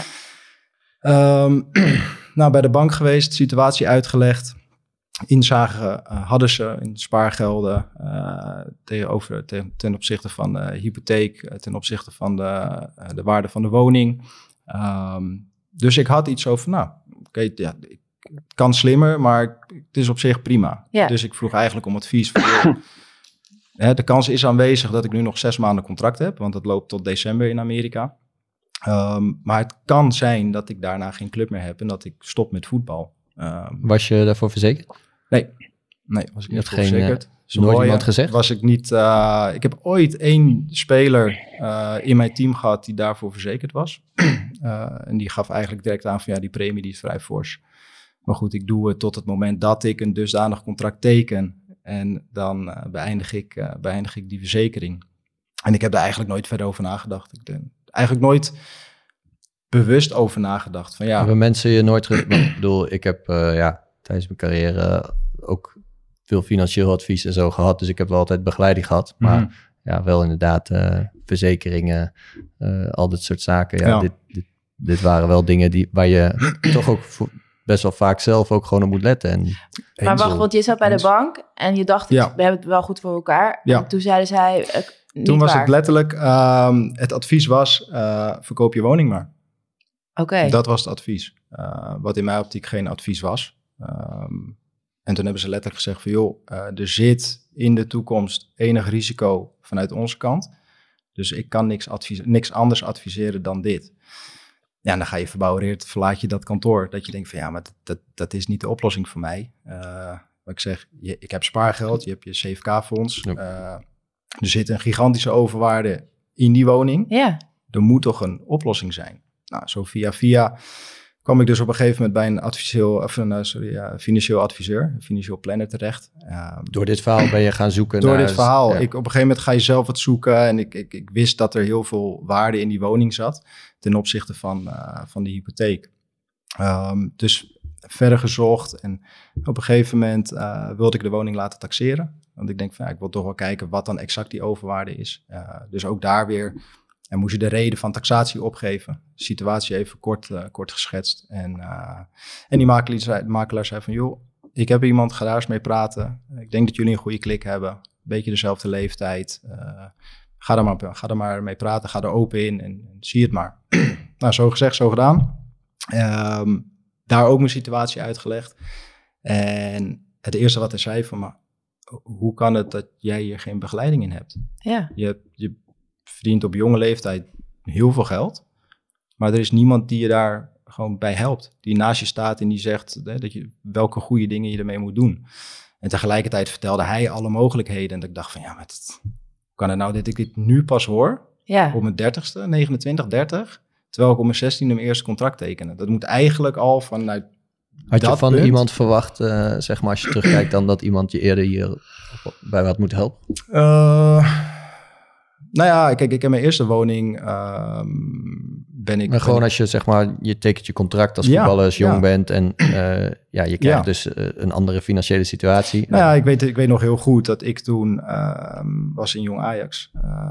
Bij de bank geweest, situatie uitgelegd. Inzage hadden ze in spaargelden ten opzichte van de hypotheek, ten opzichte van de waarde van de woning. Dus ik had iets over, het kan slimmer, maar het is op zich prima. Ja. Dus ik vroeg eigenlijk om advies van, de kans is aanwezig dat ik nu nog 6 maanden contract heb, want dat loopt tot december in Amerika. Maar het kan zijn dat ik daarna geen club meer heb en dat ik stop met voetbal. Was je daarvoor verzekerd? Nee, was ik niet voor verzekerd. Nooit iemand gezegd? Was ik niet. Ik heb ooit 1 speler in mijn team gehad die daarvoor verzekerd was. En die gaf eigenlijk direct aan van die premie die is vrij fors. Maar goed, ik doe het tot het moment dat ik een dusdanig contract teken. En dan beëindig ik die verzekering. En ik heb daar eigenlijk nooit verder over nagedacht. Ik heb eigenlijk nooit bewust over nagedacht. Van, Hebben mensen je nooit... Ik bedoel, ik heb tijdens mijn carrière ook veel financieel advies en zo gehad. Dus ik heb wel altijd begeleiding gehad. Maar wel inderdaad verzekeringen, al dit soort zaken. Dit waren wel dingen waar je toch ook best wel vaak zelf ook gewoon op moet letten. Maar wacht, want je zat bij de bank en je dacht, we hebben het wel goed voor elkaar. Ja. En toen zeiden zij, toen was het letterlijk, het advies was, verkoop je woning maar. Oké. Dat was het advies. Wat in mijn optiek geen advies was. En toen hebben ze letterlijk gezegd van, joh, er zit in de toekomst enig risico vanuit onze kant. Dus ik kan niks anders adviseren dan dit. Ja, en dan ga je verbouwereerd, verlaat je dat kantoor. Dat je denkt van, maar dat is niet de oplossing voor mij. Wat ik zeg, ik heb spaargeld, je hebt je CFK-fonds. Ja. Er zit een gigantische overwaarde in die woning. Ja. Er moet toch een oplossing zijn. Nou, zo via kwam ik dus op een gegeven moment bij een financieel adviseur, een financieel planner terecht. Door dit verhaal ben je gaan zoeken door dit verhaal. Ja. Op een gegeven moment ga je zelf wat zoeken. En ik wist dat er heel veel waarde in die woning zat ten opzichte van de hypotheek. Dus verder gezocht. En op een gegeven moment wilde ik de woning laten taxeren. Want ik denk van, ik wil toch wel kijken wat dan exact die overwaarde is. Dus ook daar weer... En moest je de reden van taxatie opgeven. De situatie even kort geschetst. En die makelaar zei van, joh, ik heb iemand, ga daar eens mee praten. Ik denk dat jullie een goede klik hebben. Een beetje dezelfde leeftijd. Ga er maar mee praten, ga er open in en zie het maar. Nou, zo gezegd, zo gedaan. Daar ook mijn situatie uitgelegd. En het eerste wat hij zei van, maar hoe kan het dat jij hier geen begeleiding in hebt? Ja. Je verdient op jonge leeftijd heel veel geld, maar er is niemand die je daar gewoon bij helpt. Die naast je staat en die zegt welke goede dingen je ermee moet doen. En tegelijkertijd vertelde hij alle mogelijkheden. En ik dacht van, ja, maar hoe kan het nou dat ik dit nu pas hoor? Ja. Op mijn 30ste, 29, 30. Terwijl ik op mijn 16e mijn eerste contract tekende. Dat moet eigenlijk al vanuit Had je van iemand verwacht, zeg maar, als je terugkijkt, dan dat iemand je eerder hier bij wat moet helpen? Nou ja, kijk, ik heb mijn eerste woning, Maar gewoon als je, zeg maar, je tekent je contract als voetballer, als jong bent en je krijgt dus een andere financiële situatie. Nou ja, ik weet nog heel goed dat ik toen was in Jong Ajax.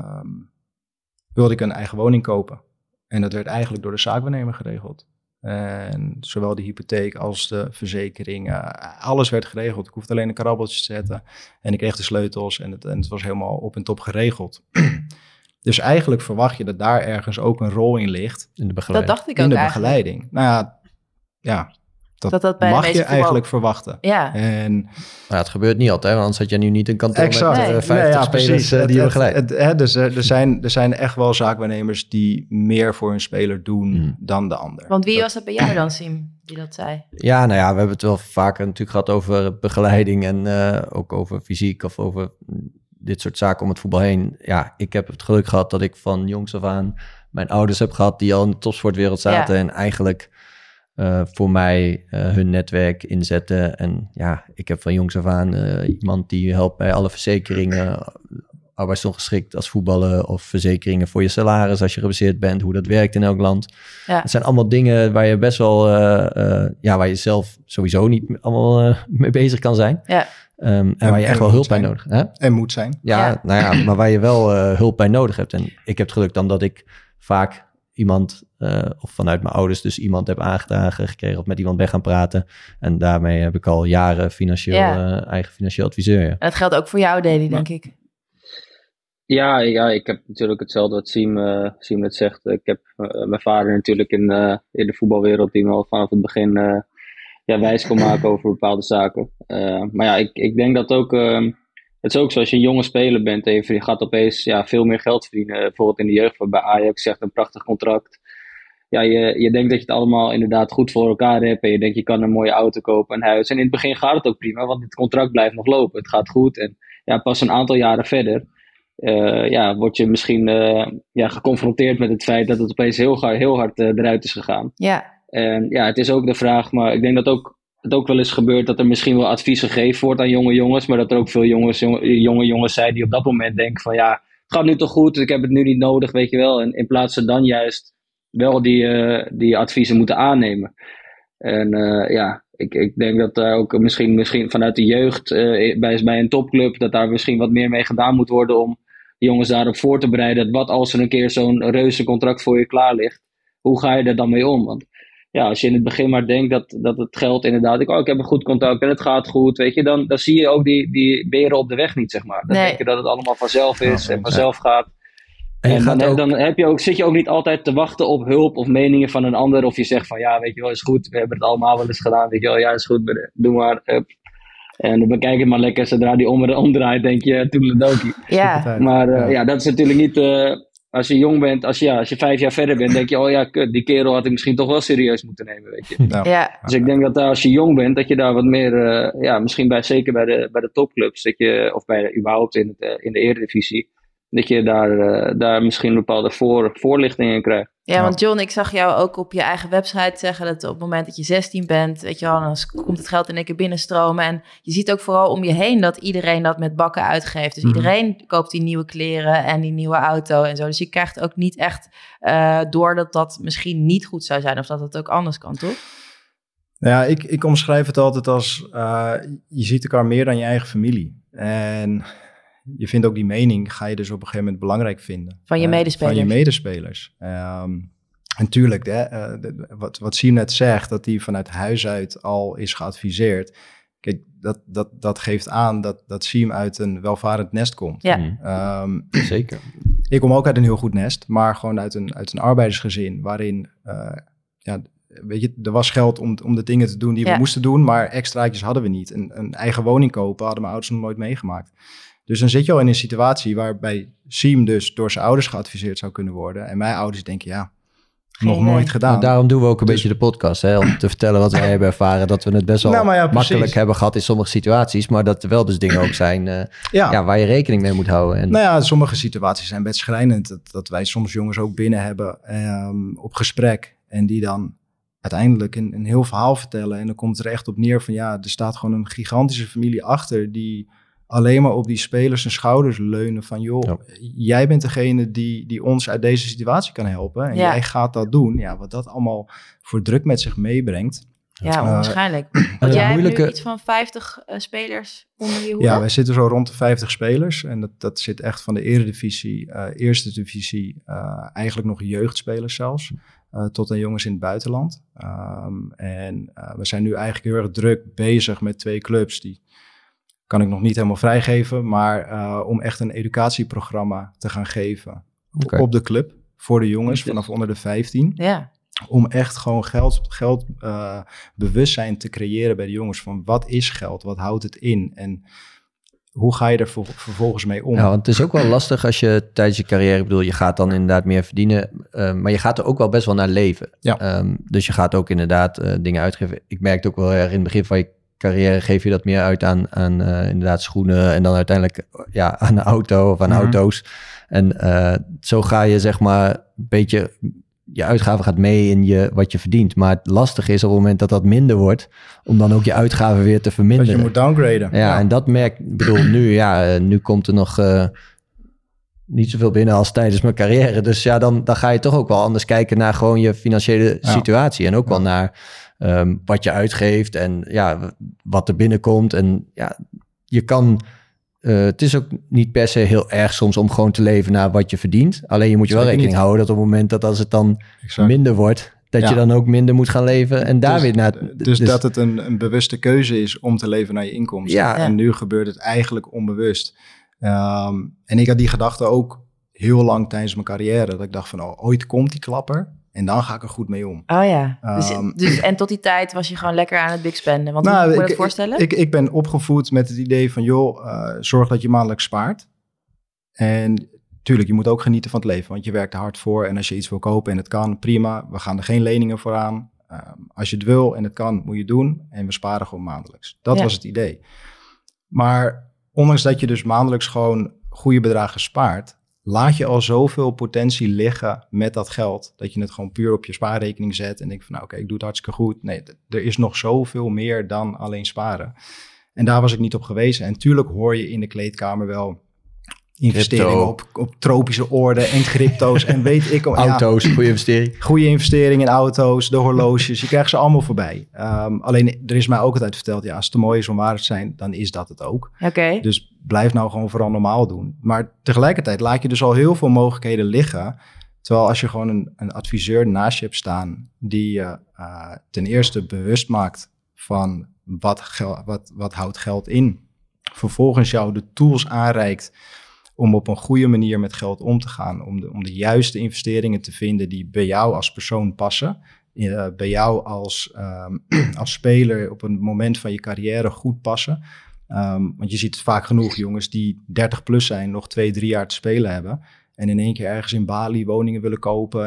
Wilde ik een eigen woning kopen. En dat werd eigenlijk door de zaakwaarnemer geregeld. En zowel de hypotheek als de verzekering, alles werd geregeld. Ik hoefde alleen een karabbeltje te zetten en ik kreeg de sleutels en het was helemaal op en top geregeld. Dus eigenlijk verwacht je dat daar ergens ook een rol in ligt. In de begeleiding. Dat dacht ik ook in de begeleiding. Nou ja, dat bij mag je eigenlijk verwachten. Ja. Maar het gebeurt niet altijd, want anders had je nu niet een kantoor met 50 spelers die je begeleidt. Dus er zijn echt wel zaakwaarnemers die meer voor hun speler doen dan de ander. Want wie was dat bij jou dan, Siem, die dat zei? Ja, nou ja, we hebben het wel vaker natuurlijk gehad over begeleiding en ook over fysiek of over dit soort zaken om het voetbal heen. Ja, ik heb het geluk gehad dat ik van jongs af aan mijn ouders heb gehad die al in de topsportwereld zaten en eigenlijk voor mij hun netwerk inzetten. En ja, ik heb van jongs af aan iemand die helpt bij alle verzekeringen, arbeidsongeschikt als voetballer of verzekeringen voor je salaris als je geblesseerd bent, hoe dat werkt in elk land. Ja. Het zijn allemaal dingen waar je best wel, waar je zelf sowieso niet allemaal mee bezig kan zijn. Ja. En waar je echt wel hulp bij nodig hebt. En moet zijn. Ja, nou ja, maar waar je wel hulp bij nodig hebt. En ik heb het geluk dan dat ik vaak iemand, of vanuit mijn ouders dus iemand heb aangedragen gekregen of met iemand ben gaan praten. En daarmee heb ik al jaren eigen financieel adviseur. Ja. En dat geldt ook voor jou, Deli, denk ik. Ja, ik heb natuurlijk hetzelfde wat Siem net zegt. Ik heb mijn vader natuurlijk in de voetbalwereld die me al vanaf het begin wijs kon maken over bepaalde zaken. Maar ja, ik denk dat ook, het is ook zo als je een jonge speler bent en je gaat opeens veel meer geld verdienen. Bijvoorbeeld in de jeugd bij Ajax, zegt een prachtig contract. Ja, je denkt dat je het allemaal inderdaad goed voor elkaar hebt en je denkt je kan een mooie auto kopen, een huis. En in het begin gaat het ook prima, want dit contract blijft nog lopen. Het gaat goed en pas een aantal jaren verder word je misschien geconfronteerd met het feit dat het opeens heel hard eruit is gegaan. Ja. En het is ook de vraag, maar ik denk dat het ook wel eens gebeurt dat er misschien wel advies gegeven wordt aan jonge jongens, maar dat er ook veel jonge jongens zijn die op dat moment denken van het gaat nu toch goed, dus ik heb het nu niet nodig, weet je wel. En in plaats van dan juist wel die adviezen moeten aannemen. En ik denk dat daar ook misschien vanuit de jeugd bij een topclub, dat daar misschien wat meer mee gedaan moet worden om de jongens daarop voor te bereiden. Wat als er een keer zo'n reuze contract voor je klaar ligt, hoe ga je er dan mee om? Want als je in het begin maar denkt dat het geld inderdaad, ik heb een goed contact en het gaat goed, weet je, dan zie je ook die beren op de weg niet, zeg maar. Dan denk je dat het allemaal vanzelf is en vanzelf gaat. En dan zit je ook niet altijd te wachten op hulp of meningen van een ander. Of je zegt van weet je wel, is goed. We hebben het allemaal wel eens gedaan. Weet je wel, is goed. Doe maar. En dan bekijk het maar lekker. Zodra die omdraait, denk je, toedeledokie. Ja. Maar dat is natuurlijk niet... als je jong bent, als je 5 jaar verder bent, denk je, kut, die kerel had ik misschien toch wel serieus moeten nemen, weet je. Ja. Dus ik denk dat als je jong bent, dat je daar wat meer, misschien zeker bij de topclubs, dat je, of überhaupt in de Eredivisie, dat je daar misschien een bepaalde voorlichting in krijgt. Ja, want John, ik zag jou ook op je eigen website zeggen dat op het moment dat je 16 bent, weet je wel, dan komt het geld in één keer binnenstromen. En je ziet ook vooral om je heen dat iedereen dat met bakken uitgeeft. Dus iedereen koopt die nieuwe kleren en die nieuwe auto en zo. Dus je krijgt ook niet echt door dat misschien niet goed zou zijn of dat het ook anders kan, toch? Ja, ik omschrijf het altijd als je ziet elkaar meer dan je eigen familie. En je vindt ook die mening, ga je dus op een gegeven moment belangrijk vinden. Van je medespelers. Van je medespelers. En tuurlijk, wat Siem net zegt, dat die vanuit huis uit al is geadviseerd. Kijk, dat geeft aan dat Siem uit een welvarend nest komt. Ja. Zeker. Ik kom ook uit een heel goed nest, maar gewoon uit een arbeidersgezin, waarin, weet je, er was geld om de dingen te doen die we moesten doen, maar extraatjes hadden we niet. Een eigen woning kopen hadden mijn ouders nog nooit meegemaakt. Dus dan zit je al in een situatie waarbij Siem dus door zijn ouders geadviseerd zou kunnen worden. En mijn ouders denken, Nog nooit gedaan. Nou, daarom doen we ook een beetje de podcast. Hè, om te vertellen wat wij hebben ervaren. Dat we het best wel makkelijk hebben gehad in sommige situaties. Maar dat er wel dus dingen ook zijn waar je rekening mee moet houden. En... sommige situaties zijn best schrijnend. Dat wij soms jongens ook binnen hebben op gesprek. En die dan uiteindelijk een heel verhaal vertellen. En dan komt het er echt op neer van er staat gewoon een gigantische familie achter die alleen maar op die spelers hun schouders leunen van jij bent degene die ons uit deze situatie kan helpen. En jij gaat dat doen. Ja, wat dat allemaal voor druk met zich meebrengt. Ja, onwaarschijnlijk. Want jij hebt nu iets van 50 spelers onder je hoede? Ja, wij zitten zo rond de 50 spelers. En dat zit echt van de eredivisie, eerste divisie, eigenlijk nog jeugdspelers zelfs. Tot aan jongens in het buitenland. We zijn nu eigenlijk heel erg druk bezig met 2 clubs. Die kan ik nog niet helemaal vrijgeven. Maar om echt een educatieprogramma te gaan geven op de club. Voor de jongens vanaf onder de 15. Ja. Om echt gewoon geld bewustzijn te creëren bij de jongens. Van wat is geld? Wat houdt het in? En hoe ga je er vervolgens mee om? Ja, want het is ook wel lastig als je tijdens je carrière... Ik bedoel, je gaat dan inderdaad meer verdienen. Maar je gaat er ook wel best wel naar leven. Ja. Dus je gaat ook inderdaad dingen uitgeven. Ik merkte ook wel erg in het begin van je carrière... geef je dat meer uit aan inderdaad schoenen... en dan uiteindelijk aan de auto of aan auto's. En zo ga je zeg maar een beetje... Je uitgave gaat mee in wat je verdient. Maar het lastige is op het moment dat dat minder wordt... om dan ook je uitgaven weer te verminderen. Dat je moet downgraden. Ja, en dat merk ik... bedoel, nu komt er nog niet zoveel binnen als tijdens mijn carrière. Dus dan ga je toch ook wel anders kijken... naar gewoon je financiële situatie. En ook wel naar wat je uitgeeft... en wat er binnenkomt. En je kan... het is ook niet per se heel erg soms om gewoon te leven naar wat je verdient. Alleen je moet je wel rekening houden dat op het moment dat als het dan minder wordt... dat je dan ook minder moet gaan leven en daar weer naar... Dus dat het een bewuste keuze is om te leven naar je inkomsten. Ja. En nu gebeurt het eigenlijk onbewust. En ik had die gedachte ook heel lang tijdens mijn carrière. Dat ik dacht van ooit komt die klapper... En dan ga ik er goed mee om. Oh ja. Dus en tot die tijd was je gewoon lekker aan het big spenden. Want hoe moet je dat voorstellen? Ik ben opgevoed met het idee van... zorg dat je maandelijks spaart. En tuurlijk, je moet ook genieten van het leven. Want je werkt er hard voor. En als je iets wil kopen en het kan, prima. We gaan er geen leningen voor aan. Als je het wil en het kan, moet je het doen. En we sparen gewoon maandelijks. Dat was het idee. Maar ondanks dat je dus maandelijks gewoon goede bedragen spaart... laat je al zoveel potentie liggen met dat geld... dat je het gewoon puur op je spaarrekening zet... en denkt van, oké, ik doe het hartstikke goed. Nee, er is nog zoveel meer dan alleen sparen. En daar was ik niet op gewezen. En tuurlijk hoor je in de kleedkamer wel... investeringen op tropische orde en crypto's en weet ik... Auto's, goede investering. Goede investering in auto's, de horloges. Je krijgt ze allemaal voorbij. Alleen, er is mij ook altijd verteld... als het te mooi is om waar te zijn, dan is dat het ook. Okay. Dus blijf nou gewoon vooral normaal doen. Maar tegelijkertijd laat je dus al heel veel mogelijkheden liggen... terwijl als je gewoon een adviseur naast je hebt staan... die je ten eerste bewust maakt van wat houdt geld in... vervolgens jou de tools aanreikt... om op een goede manier met geld om te gaan. Om de juiste investeringen te vinden die bij jou als persoon passen. Bij jou als speler op een moment van je carrière goed passen. Want je ziet het vaak genoeg jongens die 30 plus zijn, nog 2-3 jaar te spelen hebben. En in één keer ergens in Bali woningen willen kopen.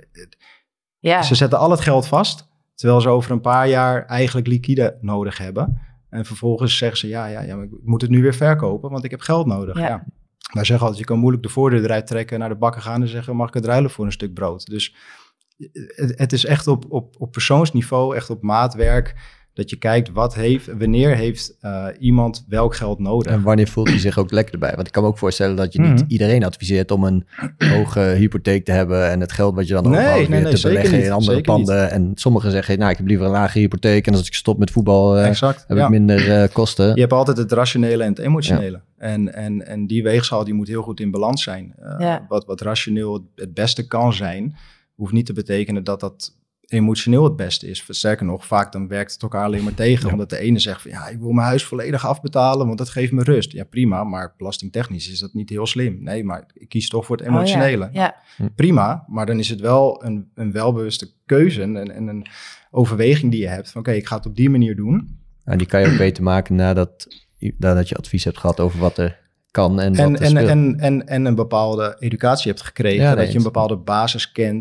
En ze zetten al het geld vast. Terwijl ze over een paar jaar eigenlijk liquide nodig hebben. En vervolgens zeggen ze, maar ik moet het nu weer verkopen, want ik heb geld nodig. Ja. Wij zeggen altijd, je kan moeilijk de voordeur eruit trekken, naar de bakker gaan en zeggen, mag ik het ruilen voor een stuk brood? Dus het is echt op persoonsniveau, echt op maatwerk, dat je kijkt, wanneer heeft iemand welk geld nodig? En wanneer voelt hij zich ook lekker erbij? Want ik kan me ook voorstellen dat je niet iedereen adviseert om een hoge hypotheek te hebben en het geld wat je dan overhoudt weer te beleggen in andere panden. Niet. En sommigen zeggen, ik heb liever een lage hypotheek en als ik stop met voetbal heb ik minder kosten. Je hebt altijd het rationele en het emotionele. Ja. En die weegschaal die moet heel goed in balans zijn. Wat rationeel het beste kan zijn, hoeft niet te betekenen dat emotioneel het beste is. Sterker nog, vaak dan werkt het elkaar alleen maar tegen. Ja. Omdat de ene zegt van, ik wil mijn huis volledig afbetalen, want dat geeft me rust. Ja, prima, maar belastingtechnisch is dat niet heel slim. Nee, maar ik kies toch voor het emotionele. Ja. Prima, maar dan is het wel een welbewuste keuze en een overweging die je hebt. Van ik ga het op die manier doen. En die kan je ook beter maken nadat je advies hebt gehad over wat er kan en wat er en een bepaalde educatie hebt gekregen. Dat je een bepaalde basis kent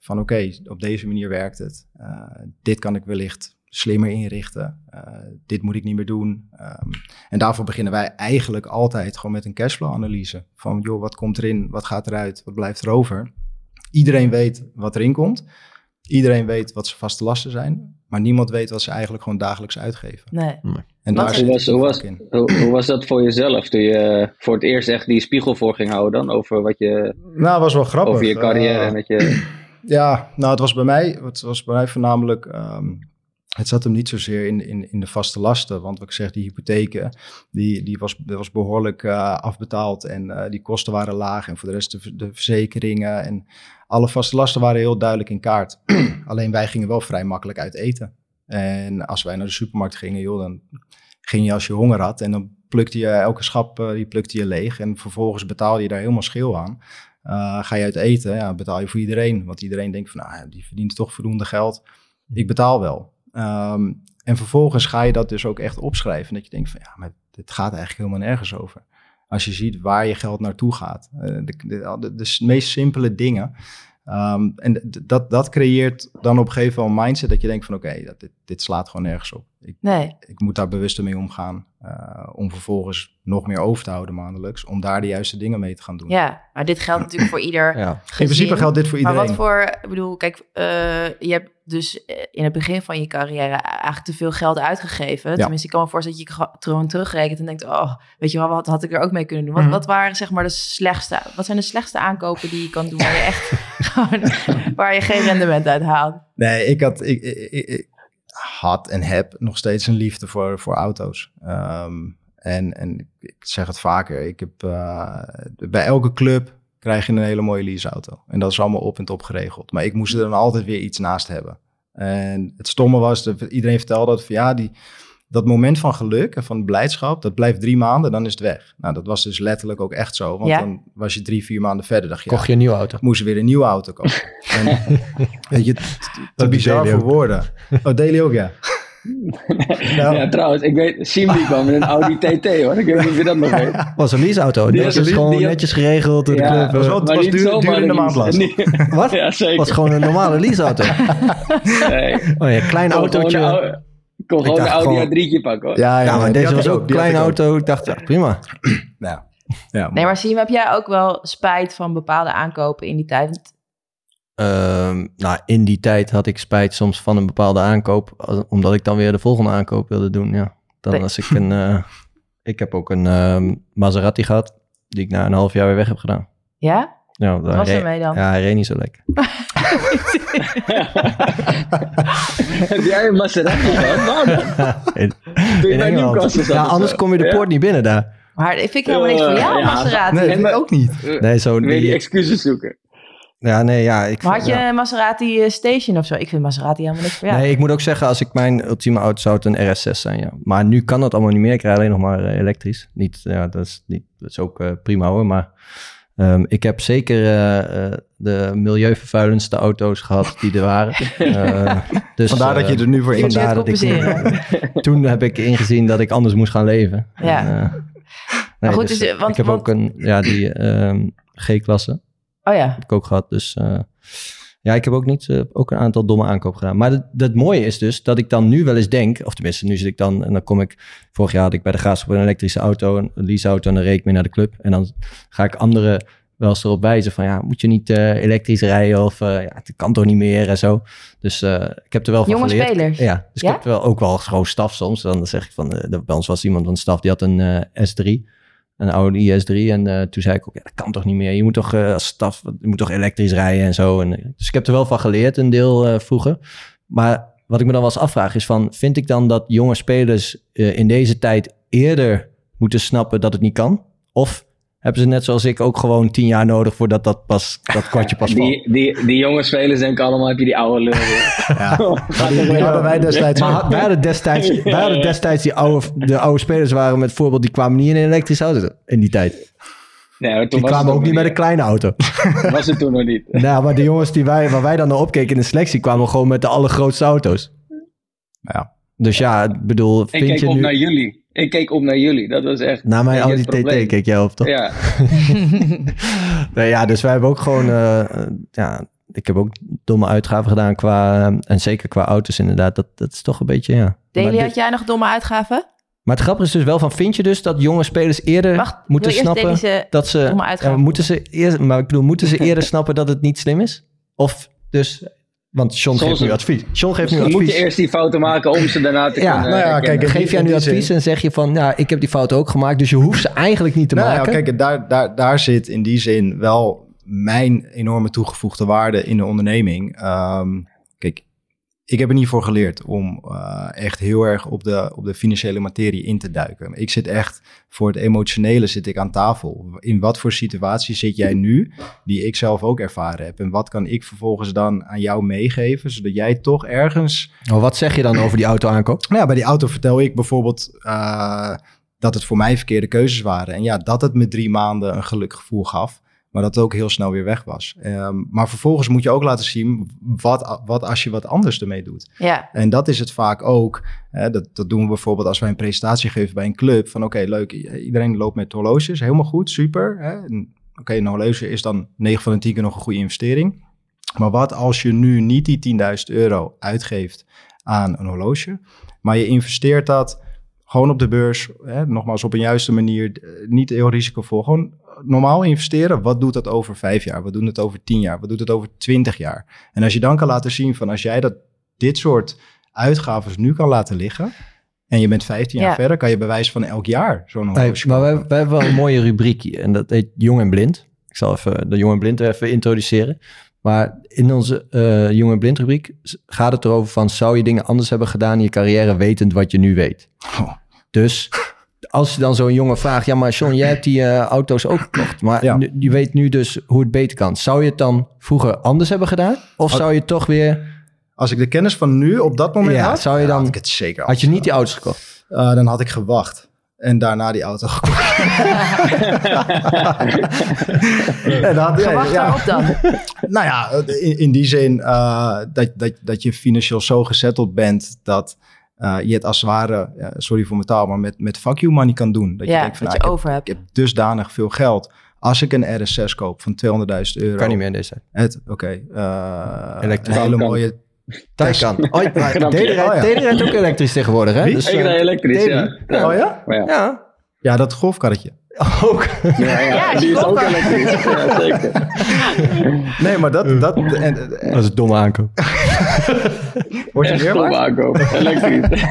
van oké, op deze manier werkt het. Dit kan ik wellicht slimmer inrichten. Dit moet ik niet meer doen. En daarvoor beginnen wij eigenlijk altijd gewoon met een cashflow-analyse. Van joh, wat komt erin, wat gaat eruit, wat blijft er over? Iedereen weet wat erin komt. Iedereen weet wat zijn vaste lasten zijn. Maar niemand weet wat ze eigenlijk gewoon dagelijks uitgeven. Nee. En daar hoe was dat voor jezelf? Toen je voor het eerst echt die spiegel voor ging houden dan? Over wat je... Nou, was wel grappig. Over je carrière en dat je... Ja, nou het was bij mij voornamelijk... het zat hem niet zozeer in de vaste lasten. Want wat ik zeg, die hypotheken, die was behoorlijk afbetaald. En die kosten waren laag. En voor de rest de verzekeringen en alle vaste lasten waren heel duidelijk in kaart. Alleen wij gingen wel vrij makkelijk uit eten. En als wij naar de supermarkt gingen, joh, dan ging je als je honger had. En dan plukte je elke schap die plukte je leeg. En vervolgens betaalde je daar helemaal schil aan. Ga je uit eten, ja, betaal je voor iedereen. Want iedereen denkt van, nou, die verdient toch voldoende geld. Ik betaal wel. En vervolgens ga je dat dus ook echt opschrijven. Dat je denkt van, ja, maar dit gaat eigenlijk helemaal nergens over. Als je ziet waar je geld naartoe gaat. De meest simpele dingen. En dat creëert dan op een gegeven moment een mindset dat je denkt van oké, dit slaat gewoon nergens op. Ik moet daar bewuster mee omgaan. Om vervolgens nog meer over te houden maandelijks. Om daar de juiste dingen mee te gaan doen. Ja, maar dit geldt natuurlijk voor ieder gezin. In principe geldt dit voor iedereen. Maar wat voor, ik bedoel, kijk, je hebt dus in het begin van je carrière eigenlijk te veel geld uitgegeven. Ja. Tenminste, ik kan me voorstellen dat je gewoon terugrekent en denkt, oh, weet je wel, wat had ik er ook mee kunnen doen? Wat waren zeg maar wat zijn de slechtste aankopen die je kan doen waar je echt waar je geen rendement uit haalt? Nee, ik had en heb nog steeds een liefde voor auto's. En ik zeg het vaker, ik heb bij elke club krijg je een hele mooie leaseauto. En dat is allemaal op en top geregeld. Maar ik moest er dan altijd weer iets naast hebben. En het stomme was, iedereen vertelde dat van ja, dat moment van geluk en van blijdschap, dat blijft 3 maanden, dan is het weg. Nou, dat was dus letterlijk ook echt zo. Want dan was je 3-4 maanden verder. Dacht je, kocht je een nieuwe auto? Moest er weer een nieuwe auto kopen. En, weet je, te bizar voor woorden. Oh, Daily ook, ja. Nou. Ja, trouwens, ik weet, Simbi kwam met een Audi TT, hoor. Ik weet niet of je dat nog weet. Was een leaseauto. Die was dus gewoon netjes geregeld door de club. Was duur in de maandlast. Wat? Ja, zeker. Was gewoon een normale leaseauto. Nee. Oh ja, klein autootje. Ik kon gewoon een Audi A3'tje pakken, hoor. Ja, maar deze was ook een kleine auto. Ik dacht, ja, prima. Nou, ja, nee, maar Siem, heb jij ook wel spijt van bepaalde aankopen in die tijd? Nou, in die tijd had ik spijt soms van een bepaalde aankoop, omdat ik dan weer de volgende aankoop wilde doen. Ja. Dan als ik ik heb ook een Maserati gehad, die ik na een half jaar weer weg heb gedaan. Ja? Ja, wat was er mee dan? Ja, hij reed niet zo lekker. Heb jij een Maserati gehad? Waarom? Toen je bij Newcastle zat? Ja, anders kom je de poort niet binnen daar. Maar ik vind helemaal niks voor jou, Maserati. Nee, ik ook niet. Nee, zo wil je die excuses zoeken? Ja, nee, ja. Maar had je een Maserati Station of zo? Ik vind Maserati helemaal niks voor jou. Nee, ik moet ook zeggen, als ik mijn ultieme auto zou het een RS6 zijn, ja. Maar nu kan dat allemaal niet meer. Ik rij alleen nog maar elektrisch. Niet, ja, dat is ook prima hoor, maar ik heb zeker de milieuvervuilendste auto's gehad die er waren. Dus, vandaar dat je er nu voor in zit. Toen heb ik ingezien dat ik anders moest gaan leven. Ja. Nee, goed, dus, ik heb ook die G-klasse. Oh ja. Heb ik ook gehad. Dus ja, ik heb ook ook een aantal domme aankopen gedaan. Maar het mooie is dus dat ik dan nu wel eens denk, of tenminste nu zit ik dan, en dan kom ik, vorig jaar had ik bij de Graafschap een elektrische auto, een leaseauto, en dan reed ik mee naar de club. En dan ga ik anderen wel eens erop wijzen van, ja, moet je niet elektrisch rijden of het kan toch niet meer en zo. Dus ik heb er wel van jonge geleerd. Spelers. Ja, dus ik heb wel ook wel gewoon staf soms. Dan zeg ik van, bij ons was iemand van de staf, die had een S3. Een Audi S3. En toen zei ik ook, ja, dat kan toch niet meer. Je moet toch als staf, je moet toch elektrisch rijden en zo. Dus ik heb er wel van geleerd, een deel vroeger. Maar wat ik me dan wel eens afvraag is van, vind ik dan dat jonge spelers in deze tijd eerder moeten snappen dat het niet kan? Of hebben ze net zoals ik ook gewoon 10 jaar nodig voordat dat kwartje pas valt? Die jonge spelers denken allemaal, heb je die oude lul. Ja, die hadden wij destijds. Maar wij hadden destijds de oude spelers waren met voorbeeld, die kwamen niet in een elektrische auto in die tijd. Nee, die kwamen ook niet met een kleine auto. Was het toen nog niet. Nou, maar de jongens waar wij dan naar opkeken in de selectie, kwamen gewoon met de allergrootste auto's. Ja. Dus ja, ik bedoel, Ik keek op naar jullie. Dat was echt... Naar mijn Audi TT keek jij op, toch? Ja. Nee, ja, dus wij hebben ook gewoon ik heb ook domme uitgaven gedaan en zeker qua auto's inderdaad. Dat is toch een beetje, ja. Deli, had jij nog domme uitgaven? Maar het grappige is dus wel vind je dus dat jonge spelers eerder moeten snappen dat ze... moeten ze eerder snappen dat het niet slim is? Of dus... Want John geeft nu advies. Moet je eerst die fouten maken om ze daarna te kunnen... Kijk, geef jij nu advies en zeg je van... ik heb die fouten ook gemaakt, dus je hoeft ze eigenlijk niet te maken. Ja, kijk, daar zit in die zin wel mijn enorme toegevoegde waarde in de onderneming. Kijk, ik heb er niet voor geleerd om echt heel erg op de financiële materie in te duiken. Ik zit echt voor het emotionele zit ik aan tafel. In wat voor situatie zit jij nu, die ik zelf ook ervaren heb? En wat kan ik vervolgens dan aan jou meegeven, zodat jij toch ergens... Wat zeg je dan over die auto aankoop? Nou ja, bij die auto vertel ik bijvoorbeeld dat het voor mij verkeerde keuzes waren. En ja, dat het me 3 maanden een gelukkig gevoel gaf. Maar dat het ook heel snel weer weg was. Maar vervolgens moet je ook laten zien wat als je wat anders ermee doet. Ja. En dat is het vaak ook. Dat doen we bijvoorbeeld als wij een presentatie geven bij een club. Van oké, leuk, iedereen loopt met horloges. Helemaal goed, super. Oké, een horloge is dan 9 van de 10 keer nog een goede investering. Maar wat als je nu niet die €10.000 uitgeeft aan een horloge, maar je investeert dat gewoon op de beurs, nogmaals op een juiste manier, niet heel risicovol, gewoon normaal investeren. Wat doet dat over 5 jaar? Wat doet het over 10 jaar? Wat doet het over 20 jaar? En als je dan kan laten zien van als jij dit soort uitgaven nu kan laten liggen en je bent 15 jaar verder, kan je bewijs van elk jaar zo'n horloge. Maar we hebben wel een mooie rubriek hier en dat heet Jong en Blind. Ik zal even de Jong en Blind even introduceren. Maar in onze Jong en Blind rubriek gaat het erover van, zou je dingen anders hebben gedaan in je carrière wetend wat je nu weet? Oh. Dus als je dan zo'n jongen vraagt, ja maar John, jij hebt die auto's ook gekocht, maar je weet nu dus hoe het beter kan. Zou je het dan vroeger anders hebben gedaan? Of zou je toch weer... Als ik de kennis van nu op dat moment had, zou je dan, had ik het zeker had je niet die auto's gekocht? Dan had ik gewacht. En daarna die auto gekocht. Gewacht daarop dan? Nou ja, in die zin dat je financieel zo gesetteld bent dat je het als het ware, sorry voor mijn taal, maar met fuck you money kan doen. Dat je denkt van, dat je over hebt. Ik heb dusdanig veel geld. Als ik een RS6 koop van €200.000. Kan niet meer in deze tijd. Elektrisch. Een hele mooie Taycan. Deli rijdt ook elektrisch tegenwoordig, hè? Dus, ik rijd elektrisch, ja. Oh ja? Ja, dat golfkarretje. Ook. Ja, die is ook elektrisch. Ja, zeker. Nee, maar dat is een domme aankoop. Wordt het weer domme aankoop. Elektrisch.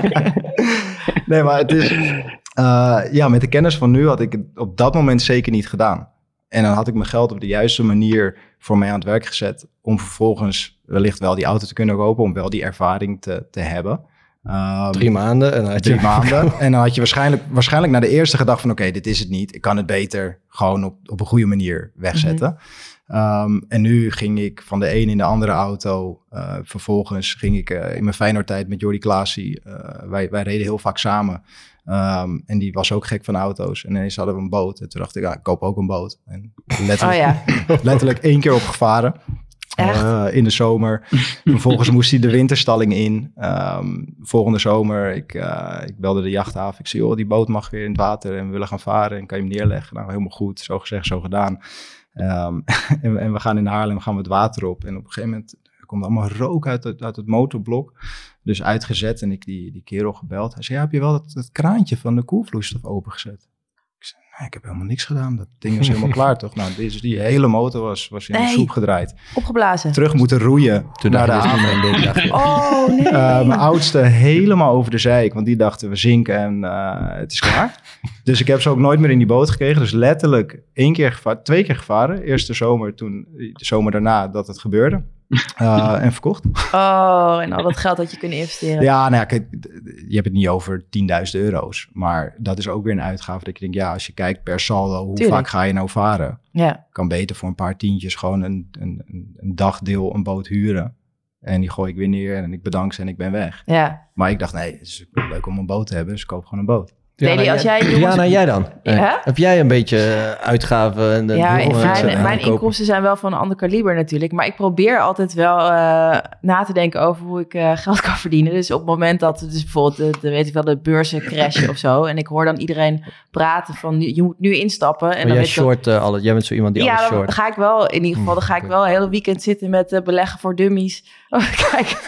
Nee, maar het is... met de kennis van nu had ik het op dat moment zeker niet gedaan. En dan had ik mijn geld op de juiste manier voor mij aan het werk gezet om vervolgens wellicht wel die auto te kunnen kopen, om wel die ervaring te hebben. 3 maanden. En dan had je 3 maanden. En dan had je waarschijnlijk na de eerste gedacht van oké, dit is het niet. Ik kan het beter gewoon op een goede manier wegzetten. En nu ging ik van de een in de andere auto. Vervolgens ging ik in mijn Feyenoord-tijd met Jordi Klaasie. Wij reden heel vaak samen. En die was ook gek van auto's. En ineens hadden we een boot. En toen dacht ik, ik koop ook een boot. En letterlijk 1 keer opgevaren. In de zomer. Vervolgens moest hij de winterstalling in. Volgende zomer, ik belde de jachthaven. Ik zei, joh, die boot mag weer in het water en we willen gaan varen. En kan je hem neerleggen? Nou, helemaal goed. Zo gezegd, zo gedaan. En we gaan in Haarlem, gaan we het water op. En op een gegeven moment komt allemaal rook uit het motorblok. Dus uitgezet en ik die kerel gebeld. Hij zei, heb je wel dat kraantje van de koelvloeistof opengezet? Ik zei, nee, ik heb helemaal niks gedaan. Dat ding was helemaal klaar, toch? Nou, die hele motor was in de soep gedraaid. Opgeblazen. Terug moeten roeien naar de haven. Oh, nee. Mijn oudste helemaal over de zeik, want die dachten we zinken en het is klaar. Dus ik heb ze ook nooit meer in die boot gekregen. Dus letterlijk 2 keer gevaren. Eerst de zomer, toen de zomer daarna dat het gebeurde. En verkocht. Oh, en al dat geld dat je kunt investeren. Ja, nou ja, kijk, je hebt het niet over €10.000. Maar dat is ook weer een uitgave dat je denkt, ja, als je kijkt per saldo, hoe vaak ga je nou varen? Ja. Kan beter voor een paar tientjes gewoon een dagdeel een boot huren. En die gooi ik weer neer en ik bedank ze en ik ben weg. Ja. Maar ik dacht, nee, het is leuk om een boot te hebben, dus ik koop gewoon een boot. Deli, als jij jongens... Diana, jij dan? Ja? Heb jij een beetje uitgaven? En mijn inkomsten zijn wel van een ander kaliber natuurlijk. Maar ik probeer altijd wel na te denken over hoe ik geld kan verdienen. Dus op het moment dat dus bijvoorbeeld de beurzen crashen of zo. En ik hoor dan iedereen praten van je moet nu instappen. En dan jij short alles. Jij bent zo iemand die alles short. Ja, dan ga ik wel in ieder geval. Dan ga ik wel een hele weekend zitten met beleggen voor dummies. Kijk.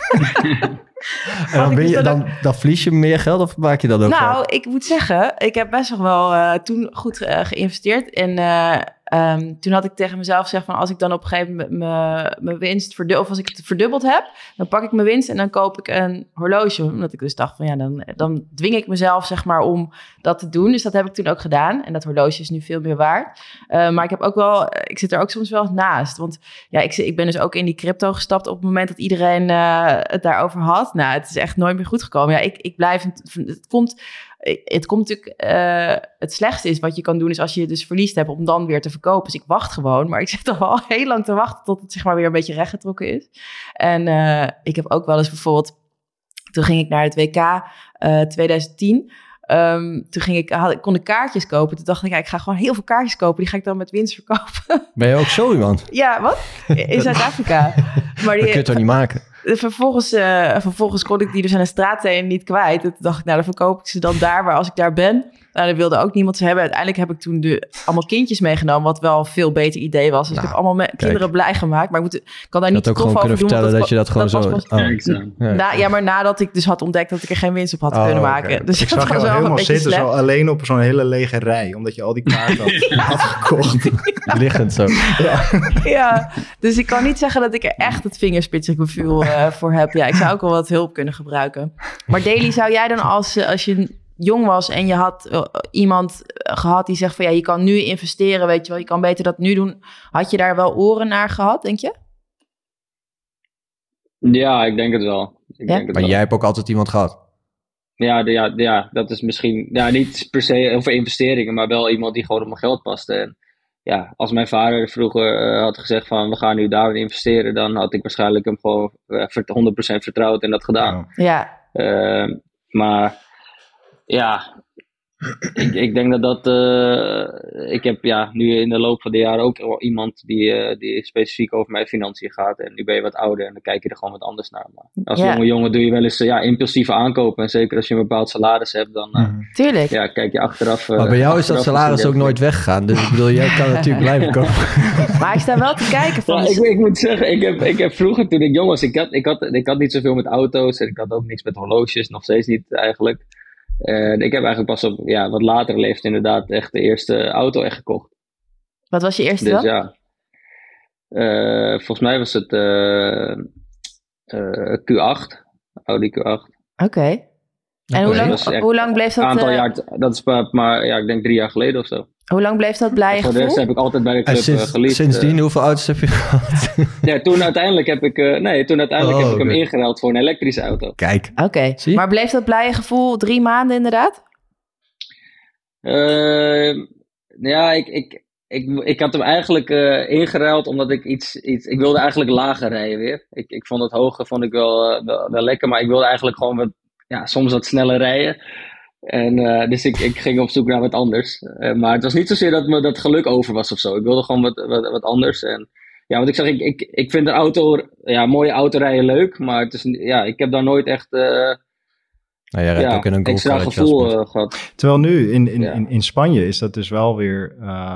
En dan verlies je meer geld of maak je dat ook? Nou, ik moet zeggen, ik heb best nog wel toen goed geïnvesteerd. En toen had ik tegen mezelf gezegd van als ik dan op een gegeven moment mijn winst verdubbel, of als ik het verdubbeld heb, dan pak ik mijn winst en dan koop ik een horloge. Omdat ik dus dacht van dan dwing ik mezelf zeg maar om dat te doen. Dus dat heb ik toen ook gedaan. En dat horloge is nu veel meer waard. Maar ik heb ook wel, ik zit er ook soms wel naast. Want ja, ik ben dus ook in die crypto gestapt op het moment dat iedereen het daarover had. Nou, het is echt nooit meer goed gekomen. Ja, ik blijf, het komt natuurlijk, het slechtste is wat je kan doen is als je dus verlies hebt om dan weer te verkopen. Dus ik wacht gewoon, maar ik zit al heel lang te wachten tot het zeg maar weer een beetje rechtgetrokken is. En ik heb ook wel eens bijvoorbeeld, toen ging ik naar het WK 2010. Toen kon ik kaartjes kopen. Toen dacht ik, ik ga gewoon heel veel kaartjes kopen. Die ga ik dan met winst verkopen. Ben je ook zo iemand? Ja, wat? In Zuid-Afrika. Maar dat kun je toch niet maken? Vervolgens kon ik die dus aan de straatteen niet kwijt. Toen dacht ik, dan verkoop ik ze dan daar. Maar als ik daar ben, dan wilde ook niemand ze hebben. Uiteindelijk heb ik toen allemaal kindjes meegenomen. Wat wel een veel beter idee was. Dus ik heb allemaal kinderen blij gemaakt. Maar ik kan daar niet te tof over doen. Vertellen dat je dat gewoon zo... Maar nadat ik dus had ontdekt dat ik er geen winst op had kunnen maken. Okay. Dus ik zag jou helemaal zitten zo alleen op zo'n hele lege rij. Omdat je al die kaarten had gekocht. Liggend zo. Ja, dus ik kan niet zeggen dat ik er echt het vingerspitsengevoel voor heb. Ja, ik zou ook wel wat hulp kunnen gebruiken. Maar Deli, zou jij dan als je jong was en je had iemand gehad die zegt van je kan nu investeren, weet je wel, je kan beter dat nu doen. Had je daar wel oren naar gehad, denk je? Ja, ik denk het wel. Maar jij hebt ook altijd iemand gehad? Ja, dat is misschien niet per se over investeringen, maar wel iemand die gewoon op mijn geld paste. En ja, als mijn vader vroeger had gezegd van we gaan nu daarin investeren, dan had ik waarschijnlijk hem gewoon 100% vertrouwd en dat gedaan. Ja. Maar ja, ik denk dat ik heb nu in de loop van de jaren ook wel iemand die specifiek over mijn financiën gaat. En nu ben je wat ouder en dan kijk je er gewoon wat anders naar. Maar als jonge doe je wel eens impulsieve aankopen. En zeker als je een bepaald salaris hebt, dan Tuurlijk. Ja, kijk je achteraf. Maar bij jou is dat salaris ook nooit weggegaan. Dus ik bedoel, jij kan natuurlijk blijven kopen. Maar ik sta wel te kijken van... Ik moet zeggen, ik heb vroeger toen ik jong was, ik had niet zoveel met auto's. En ik had ook niks met horloges, nog steeds niet eigenlijk. Ik heb eigenlijk pas op wat latere leeftijd inderdaad echt de eerste auto echt gekocht. Wat was je eerste dus, dan? Ja. Volgens mij was het Q8. Audi Q8. Oké. En hoe lang bleef dat? Een aantal jaar, dat is maar ik denk 3 jaar geleden of zo. Hoe lang bleef dat blij gevoel? Voor de rest heb ik altijd bij de club geliefd. Sindsdien, hoeveel auto's heb je gehad? Ja, toen uiteindelijk heb ik hem ingeruild voor een elektrische auto. Kijk. Oké. Maar bleef dat blije gevoel 3 maanden inderdaad? Ik had hem eigenlijk ingeruild omdat ik ik wilde eigenlijk lager rijden weer. Ik vond het hoge wel lekker, maar ik wilde eigenlijk gewoon soms wat sneller rijden. En dus ik ging op zoek naar wat anders. Maar het was niet zozeer dat me dat geluk over was of zo. Ik wilde gewoon wat anders. En ja, want ik zeg, ik vind een auto, mooie autorijden leuk, maar het is, ik heb daar nooit echt jij rijdt ook in een extra gevoel gehad. Terwijl nu in Spanje is dat dus wel weer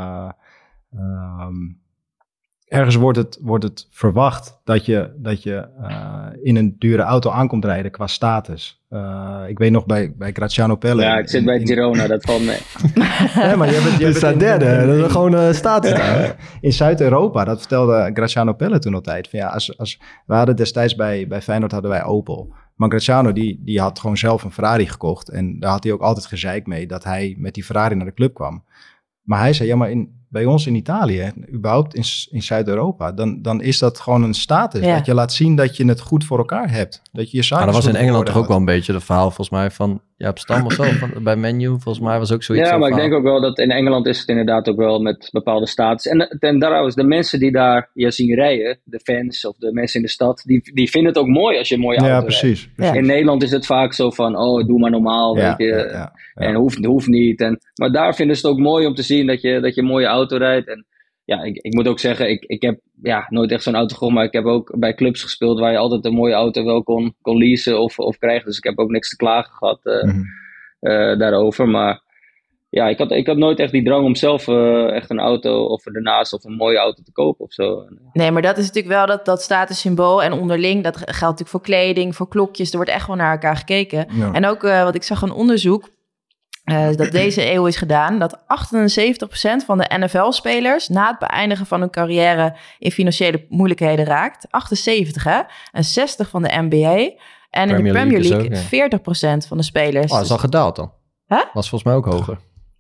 ergens wordt het verwacht dat je in een dure auto aankomt rijden qua status. Ik weet nog bij Graziano Pelle. Ja, ik zit bij Girona, dat valt mee. Ja, maar je staat derde, dat is gewoon status daar. In Zuid-Europa, dat vertelde Graziano Pelle toen altijd. Van we hadden destijds bij Feyenoord hadden wij Opel. Maar Graziano die had gewoon zelf een Ferrari gekocht. En daar had hij ook altijd gezeik mee dat hij met die Ferrari naar de club kwam. Maar hij zei, maar bij ons in Italië, überhaupt in Zuid-Europa, dan is dat gewoon een status. Ja. Dat je laat zien dat je het goed voor elkaar hebt. Dat je zaken. Dat was in Engeland toch ook wel een beetje het verhaal volgens mij van Jaap Stam of zo, bij Menu. Volgens mij was ook zoiets. Ja, maar ik denk ook wel dat in Engeland is het inderdaad ook wel met bepaalde status. En trouwens, de mensen die daar zien rijden, de fans of de mensen in de stad, die vinden het ook mooi als je een mooie auto rijdt. Precies. In Nederland is het vaak zo van, doe maar normaal, weet je. En hoeft niet. Maar daar vinden ze het ook mooi om te zien dat je een mooie auto rijdt. En ja, ik moet ook zeggen, ik heb nooit echt zo'n auto gehad, maar ik heb ook bij clubs gespeeld waar je altijd een mooie auto wel kon leasen of krijgen. Dus ik heb ook niks te klagen gehad daarover. Maar ja, ik had nooit echt die drang om zelf echt een auto of ernaast of een mooie auto te kopen of zo. Nee, maar dat is natuurlijk wel dat statussymbool. En onderling, dat geldt natuurlijk voor kleding, voor klokjes. Er wordt echt wel naar elkaar gekeken. Ja. En ook, wat ik zag een onderzoek dat deze eeuw is gedaan, dat 78% van de NFL-spelers na het beëindigen van hun carrière in financiële moeilijkheden raakt. 78, hè? En 60 van de NBA. En in de Premier League ook, 40% van de spelers. Dat is al gedaald dan. Huh? Was volgens mij ook hoger.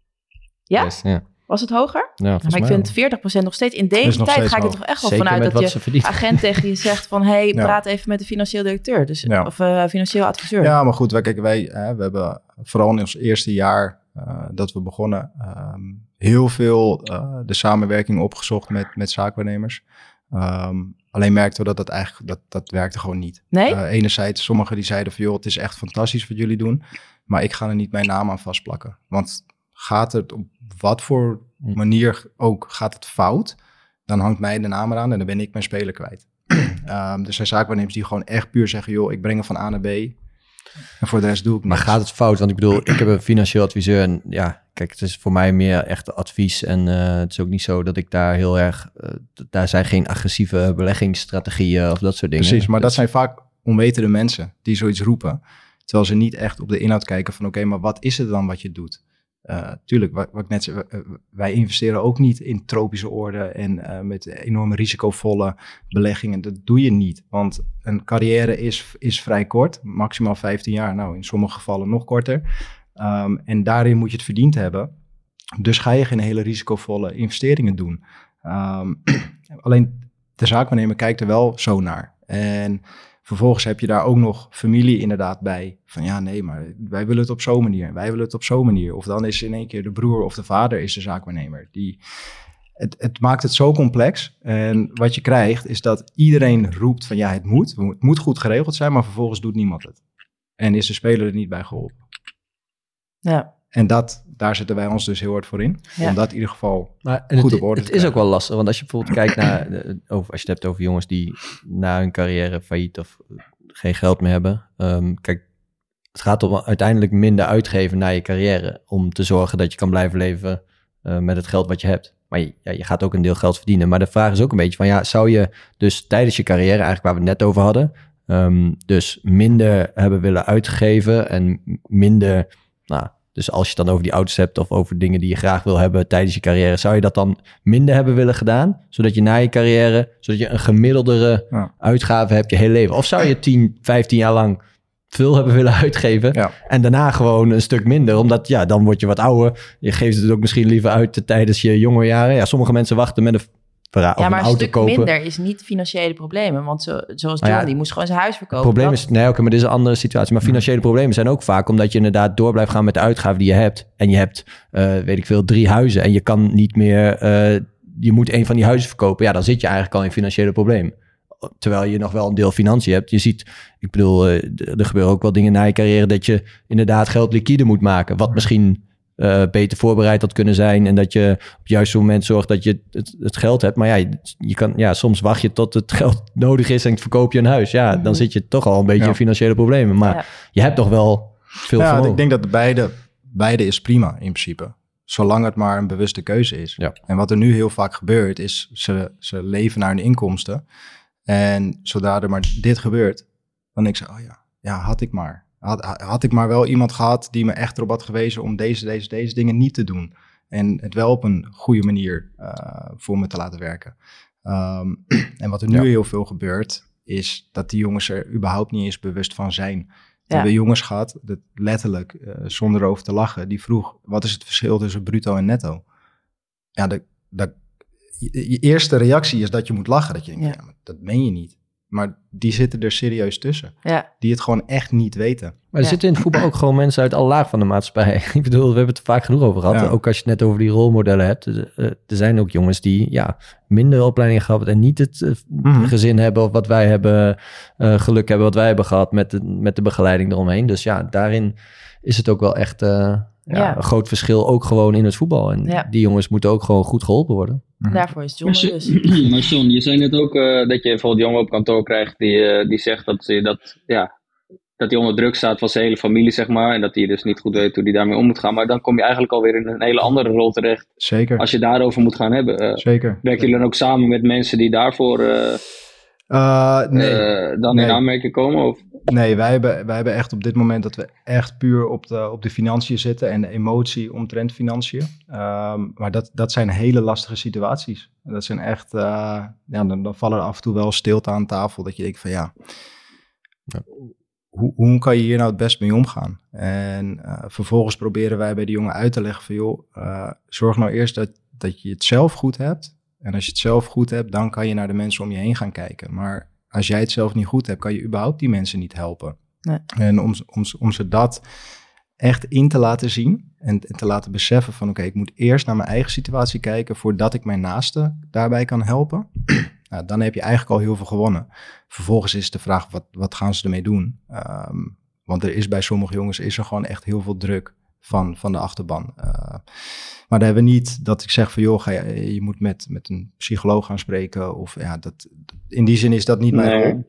Ja? Yes, ja. Was het hoger? Ja, maar ik vind 40% nog steeds. In deze tijd ga ik er toch echt wel vanuit dat je agent tegen je zegt van, hey, praat even met de financieel directeur. Dus, of financieel adviseur. Ja, maar goed, we hebben vooral in ons eerste jaar dat we begonnen heel veel de samenwerking opgezocht met zaakwaarnemers. Alleen merkten we dat werkte gewoon niet. Nee? Enerzijds, sommigen die zeiden van, joh, het is echt fantastisch wat jullie doen, maar ik ga er niet mijn naam aan vastplakken. Want gaat het op wat voor manier ook gaat het fout, dan hangt mij de naam eraan en dan ben ik mijn speler kwijt. Dus zijn zaakwaarnemers die gewoon echt puur zeggen, joh, ik breng hem van A naar B en voor de rest doe ik niks. Maar gaat het fout? Want ik bedoel, ik heb een financieel adviseur en ja, kijk, het is voor mij meer echt advies en het is ook niet zo dat ik daar heel erg, daar zijn geen agressieve beleggingsstrategieën of dat soort dingen. Precies, maar dat zijn vaak onwetende mensen die zoiets roepen, terwijl ze niet echt op de inhoud kijken van oké, maar wat is het dan wat je doet? Tuurlijk, wat ik net zei, wij investeren ook niet in tropische oorden en met enorme risicovolle beleggingen. Dat doe je niet, want een carrière is vrij kort, maximaal 15 jaar. Nou, in sommige gevallen nog korter. En daarin moet je het verdiend hebben. Dus ga je geen hele risicovolle investeringen doen. Alleen de zaakwaarnemer kijkt er wel zo naar. En vervolgens heb je daar ook nog familie inderdaad bij. Van ja, nee, maar wij willen het op zo'n manier. Wij willen het op zo'n manier. Of dan is in één keer de broer of de vader is de zaakwaarnemer. Het maakt het zo complex. En wat je krijgt is dat iedereen roept van ja, het moet goed geregeld zijn. Maar vervolgens doet niemand het. En is de speler er niet bij geholpen. Ja. En daar zetten wij ons dus heel hard voor in. Ja. Om dat in ieder geval goed op orde te krijgen. Het is ook wel lastig. Want als je bijvoorbeeld kijkt naar, als je het hebt over jongens die na hun carrière failliet of geen geld meer hebben. Kijk, het gaat om uiteindelijk minder uitgeven naar je carrière. Om te zorgen dat je kan blijven leven met het geld wat je hebt. Maar je gaat ook een deel geld verdienen. Maar de vraag is ook een beetje van ja, zou je dus tijdens je carrière, eigenlijk waar we het net over hadden, dus minder hebben willen uitgeven en minder, dus als je het dan over die auto's hebt of over dingen die je graag wil hebben tijdens je carrière, zou je dat dan minder hebben willen gedaan? Zodat je na je carrière, zodat je een gemiddeldere uitgave hebt je hele leven? Of zou je 10, 15 jaar lang veel hebben willen uitgeven en daarna gewoon een stuk minder? Omdat dan word je wat ouder. Je geeft het ook misschien liever uit tijdens je jonge jaren. Ja, sommige mensen wachten met een maar een stuk kopen. Minder is niet financiële problemen. Want zoals John, die moest gewoon zijn huis verkopen. Het probleem is, maar dit is een andere situatie. Maar financiële problemen zijn ook vaak omdat je inderdaad door blijft gaan met de uitgaven die je hebt. En je hebt, 3 huizen. En je kan niet meer, je moet een van die huizen verkopen. Ja, dan zit je eigenlijk al in financiële problemen. Terwijl je nog wel een deel financiën hebt. Je ziet, ik bedoel, er gebeuren ook wel dingen na je carrière dat je inderdaad geld liquide moet maken. Wat misschien beter voorbereid had kunnen zijn en dat je op het juiste moment zorgt dat je het geld hebt. Maar je kan, soms wacht je tot het geld nodig is en verkoop je een huis. Ja, dan zit je toch al een beetje in financiële problemen. Maar je hebt toch wel veel vermogen. Ik denk dat beide is prima in principe. Zolang het maar een bewuste keuze is. Ja. En wat er nu heel vaak gebeurt is ze leven naar hun inkomsten. En zodra er maar dit gebeurt, dan denk ik had ik maar. Had ik maar wel iemand gehad die me echt erop had gewezen om deze dingen niet te doen. En het wel op een goede manier voor me te laten werken. En wat er nu heel veel gebeurt, is dat die jongens er überhaupt niet eens bewust van zijn. We hebben jongens gehad, dat letterlijk, zonder erover te lachen, die vroeg, wat is het verschil tussen bruto en netto? Ja, je eerste reactie is dat je moet lachen. Dat je denkt, maar dat meen je niet. Maar die zitten er serieus tussen. Ja. Die het gewoon echt niet weten. Maar er zitten in het voetbal ook gewoon mensen uit alle lagen van de maatschappij. Ik bedoel, we hebben het er vaak genoeg over gehad. Ja. Ook als je het net over die rolmodellen hebt. Er zijn ook jongens die minder opleiding gehad en niet het gezin hebben of wat wij hebben, geluk hebben wat wij hebben gehad met de begeleiding eromheen. Dus daarin is het ook wel echt een groot verschil ook gewoon in het voetbal. En die jongens moeten ook gewoon goed geholpen worden. Daarvoor is John dus. Maar John, je zei net ook dat je bijvoorbeeld jongen op kantoor krijgt die zegt dat hij onder druk staat van zijn hele familie, zeg maar. En dat hij dus niet goed weet hoe hij daarmee om moet gaan. Maar dan kom je eigenlijk alweer in een hele andere rol terecht. Zeker. Als je daarover moet gaan hebben. Zeker. Werken jullie dan ook samen met mensen die daarvoor in aanmerking komen? Of? Nee, wij hebben echt op dit moment dat we echt puur op de financiën zitten en de emotie omtrent financiën. Maar dat zijn hele lastige situaties. Dat zijn echt, dan vallen er af en toe wel stilte aan tafel dat je denkt van hoe kan je hier nou het best mee omgaan? En vervolgens proberen wij bij de jongen uit te leggen van joh, zorg nou eerst dat je het zelf goed hebt. En als je het zelf goed hebt, dan kan je naar de mensen om je heen gaan kijken. Maar als jij het zelf niet goed hebt, kan je überhaupt die mensen niet helpen. Nee. En om ze dat echt in te laten zien en te laten beseffen van oké, ik moet eerst naar mijn eigen situatie kijken voordat ik mijn naaste daarbij kan helpen. Nou, dan heb je eigenlijk al heel veel gewonnen. Vervolgens is de vraag, wat gaan ze ermee doen? Want er is bij sommige jongens er gewoon echt heel veel druk van de achterban. Maar daar hebben we niet dat ik zeg van joh, je moet met een psycholoog gaan spreken. Of in die zin is dat niet mijn rol.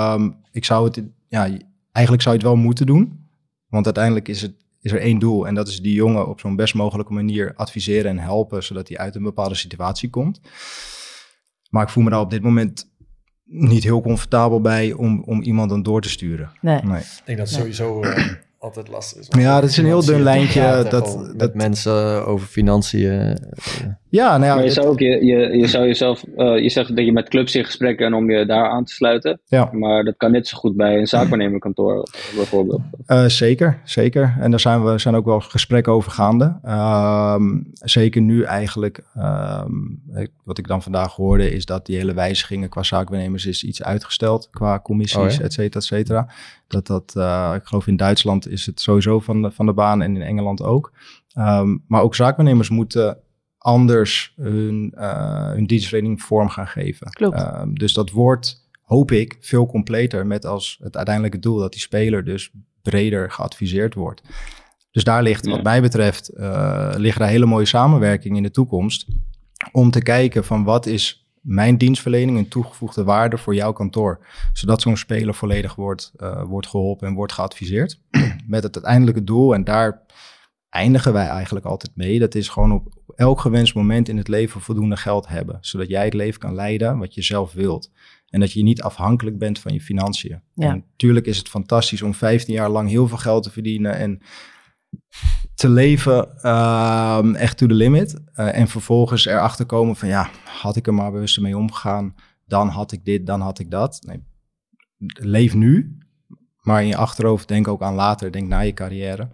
Eigenlijk zou je het wel moeten doen. Want uiteindelijk is er één doel. En dat is die jongen op zo'n best mogelijke manier adviseren en helpen. Zodat hij uit een bepaalde situatie komt. Maar ik voel me daar op dit moment niet heel comfortabel bij om iemand dan door te sturen. Nee. Ik denk dat sowieso altijd lastig is. Ja, dat is een heel dun lijntje. Met mensen over financiën. Maar je zou ook je zou jezelf, je zegt dat je met clubs in gesprek bent om je daar aan te sluiten. Ja. Maar dat kan net zo goed bij een zaakwaarnemerkantoor bijvoorbeeld. Zeker. En daar zijn ook wel gesprekken over gaande. Zeker nu eigenlijk. Wat ik dan vandaag hoorde is dat die hele wijzigingen qua zaakwaarnemers is iets uitgesteld. Qua commissies, et cetera. Ik geloof in Duitsland is het sowieso van de baan en in Engeland ook. Maar ook zaakwaarnemers moeten anders hun dienstverlening vorm gaan geven. Klopt. Dus dat wordt, hoop ik, veel completer met als het uiteindelijke doel dat die speler dus breder geadviseerd wordt. Dus daar ligt, wat mij betreft, liggen daar hele mooie samenwerking in de toekomst om te kijken van wat is mijn dienstverlening een toegevoegde waarde voor jouw kantoor. Zodat zo'n speler volledig wordt geholpen en wordt geadviseerd. Met het uiteindelijke doel, en daar eindigen wij eigenlijk altijd mee. Dat is gewoon op elk gewenst moment in het leven voldoende geld hebben. Zodat jij het leven kan leiden wat je zelf wilt. En dat je niet afhankelijk bent van je financiën. Ja. En natuurlijk is het fantastisch om 15 jaar lang heel veel geld te verdienen en te leven echt to the limit. En vervolgens erachter komen van had ik er maar bewust mee omgegaan, dan had ik dit, dan had ik dat. Nee, leef nu, maar in je achterhoofd denk ook aan later, denk na je carrière.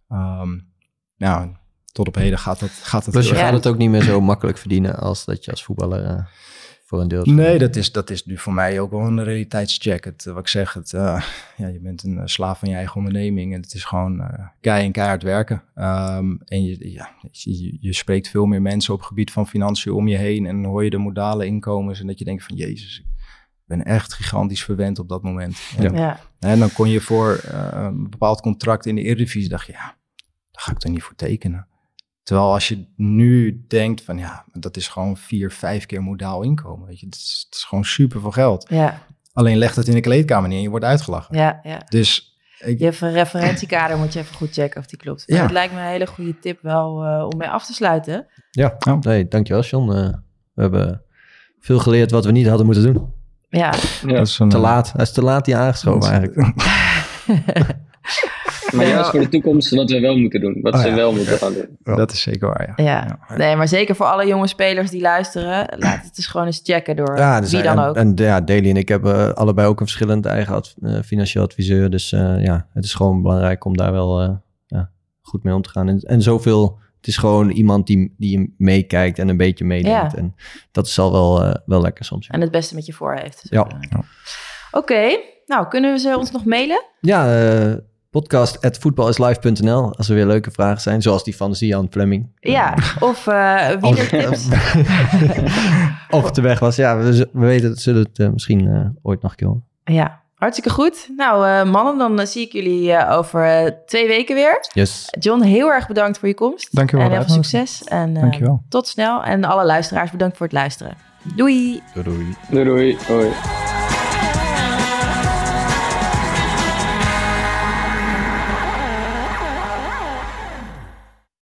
Tot op heden gaat het. Dus je gaat het ook niet meer zo makkelijk verdienen als dat je als voetballer voor een deel. Nee, dat is nu voor mij ook wel een realiteitscheck. Wat ik zeg, je bent een slaaf van je eigen onderneming en het is gewoon keihard werken. En je spreekt veel meer mensen op het gebied van financiën om je heen en dan hoor je de modale inkomens en dat je denkt van Jezus, ik ben echt gigantisch verwend op dat moment. En dan kon je voor een bepaald contract in de Eredivisie, dacht je, daar ga ik er niet voor tekenen. Terwijl als je nu denkt van dat is gewoon 4-5 keer modaal inkomen. Weet je, het is gewoon super veel geld. Ja. Alleen leg het in de kleedkamer neer en je wordt uitgelachen. Ja. Dus je hebt een referentiekader, moet je even goed checken of die klopt. Maar het lijkt me een hele goede tip wel om mee af te sluiten. Ja, nee, dankjewel John. We hebben veel geleerd wat we niet hadden moeten doen. Ja. Dat is te laat. Hij is te laat hier aangeschoven eigenlijk. Maar juist voor de toekomst wat we wel moeten doen. Wat ze wel moeten gaan doen. Dat is zeker waar, ja. Nee, maar zeker voor alle jonge spelers die luisteren. Laat het eens gewoon eens checken door wie dan ook. En Daly en ik hebben allebei ook een verschillend eigen financieel adviseur. Dus het is gewoon belangrijk om daar wel goed mee om te gaan. En zoveel Het is gewoon iemand die meekijkt en een beetje meedenkt. Ja. En dat is al wel lekker soms. En het beste met je voor heeft. Ja. Oké, nou kunnen we ze ons nog mailen? Ja, podcast@voetbalislive.nl als er weer leuke vragen zijn. Zoals die van Zian Fleming. Ja, of wielertips. Of het de weg was. Ja, we weten het, zullen het misschien ooit nog een keer horen. Ja. Hartstikke goed. Nou, mannen, dan zie ik jullie over 2 weken weer. Yes. John, heel erg bedankt voor je komst. Dank je wel. En heel veel succes. En tot snel. En alle luisteraars, bedankt voor het luisteren. Doei. Doei. Doei. Hoi.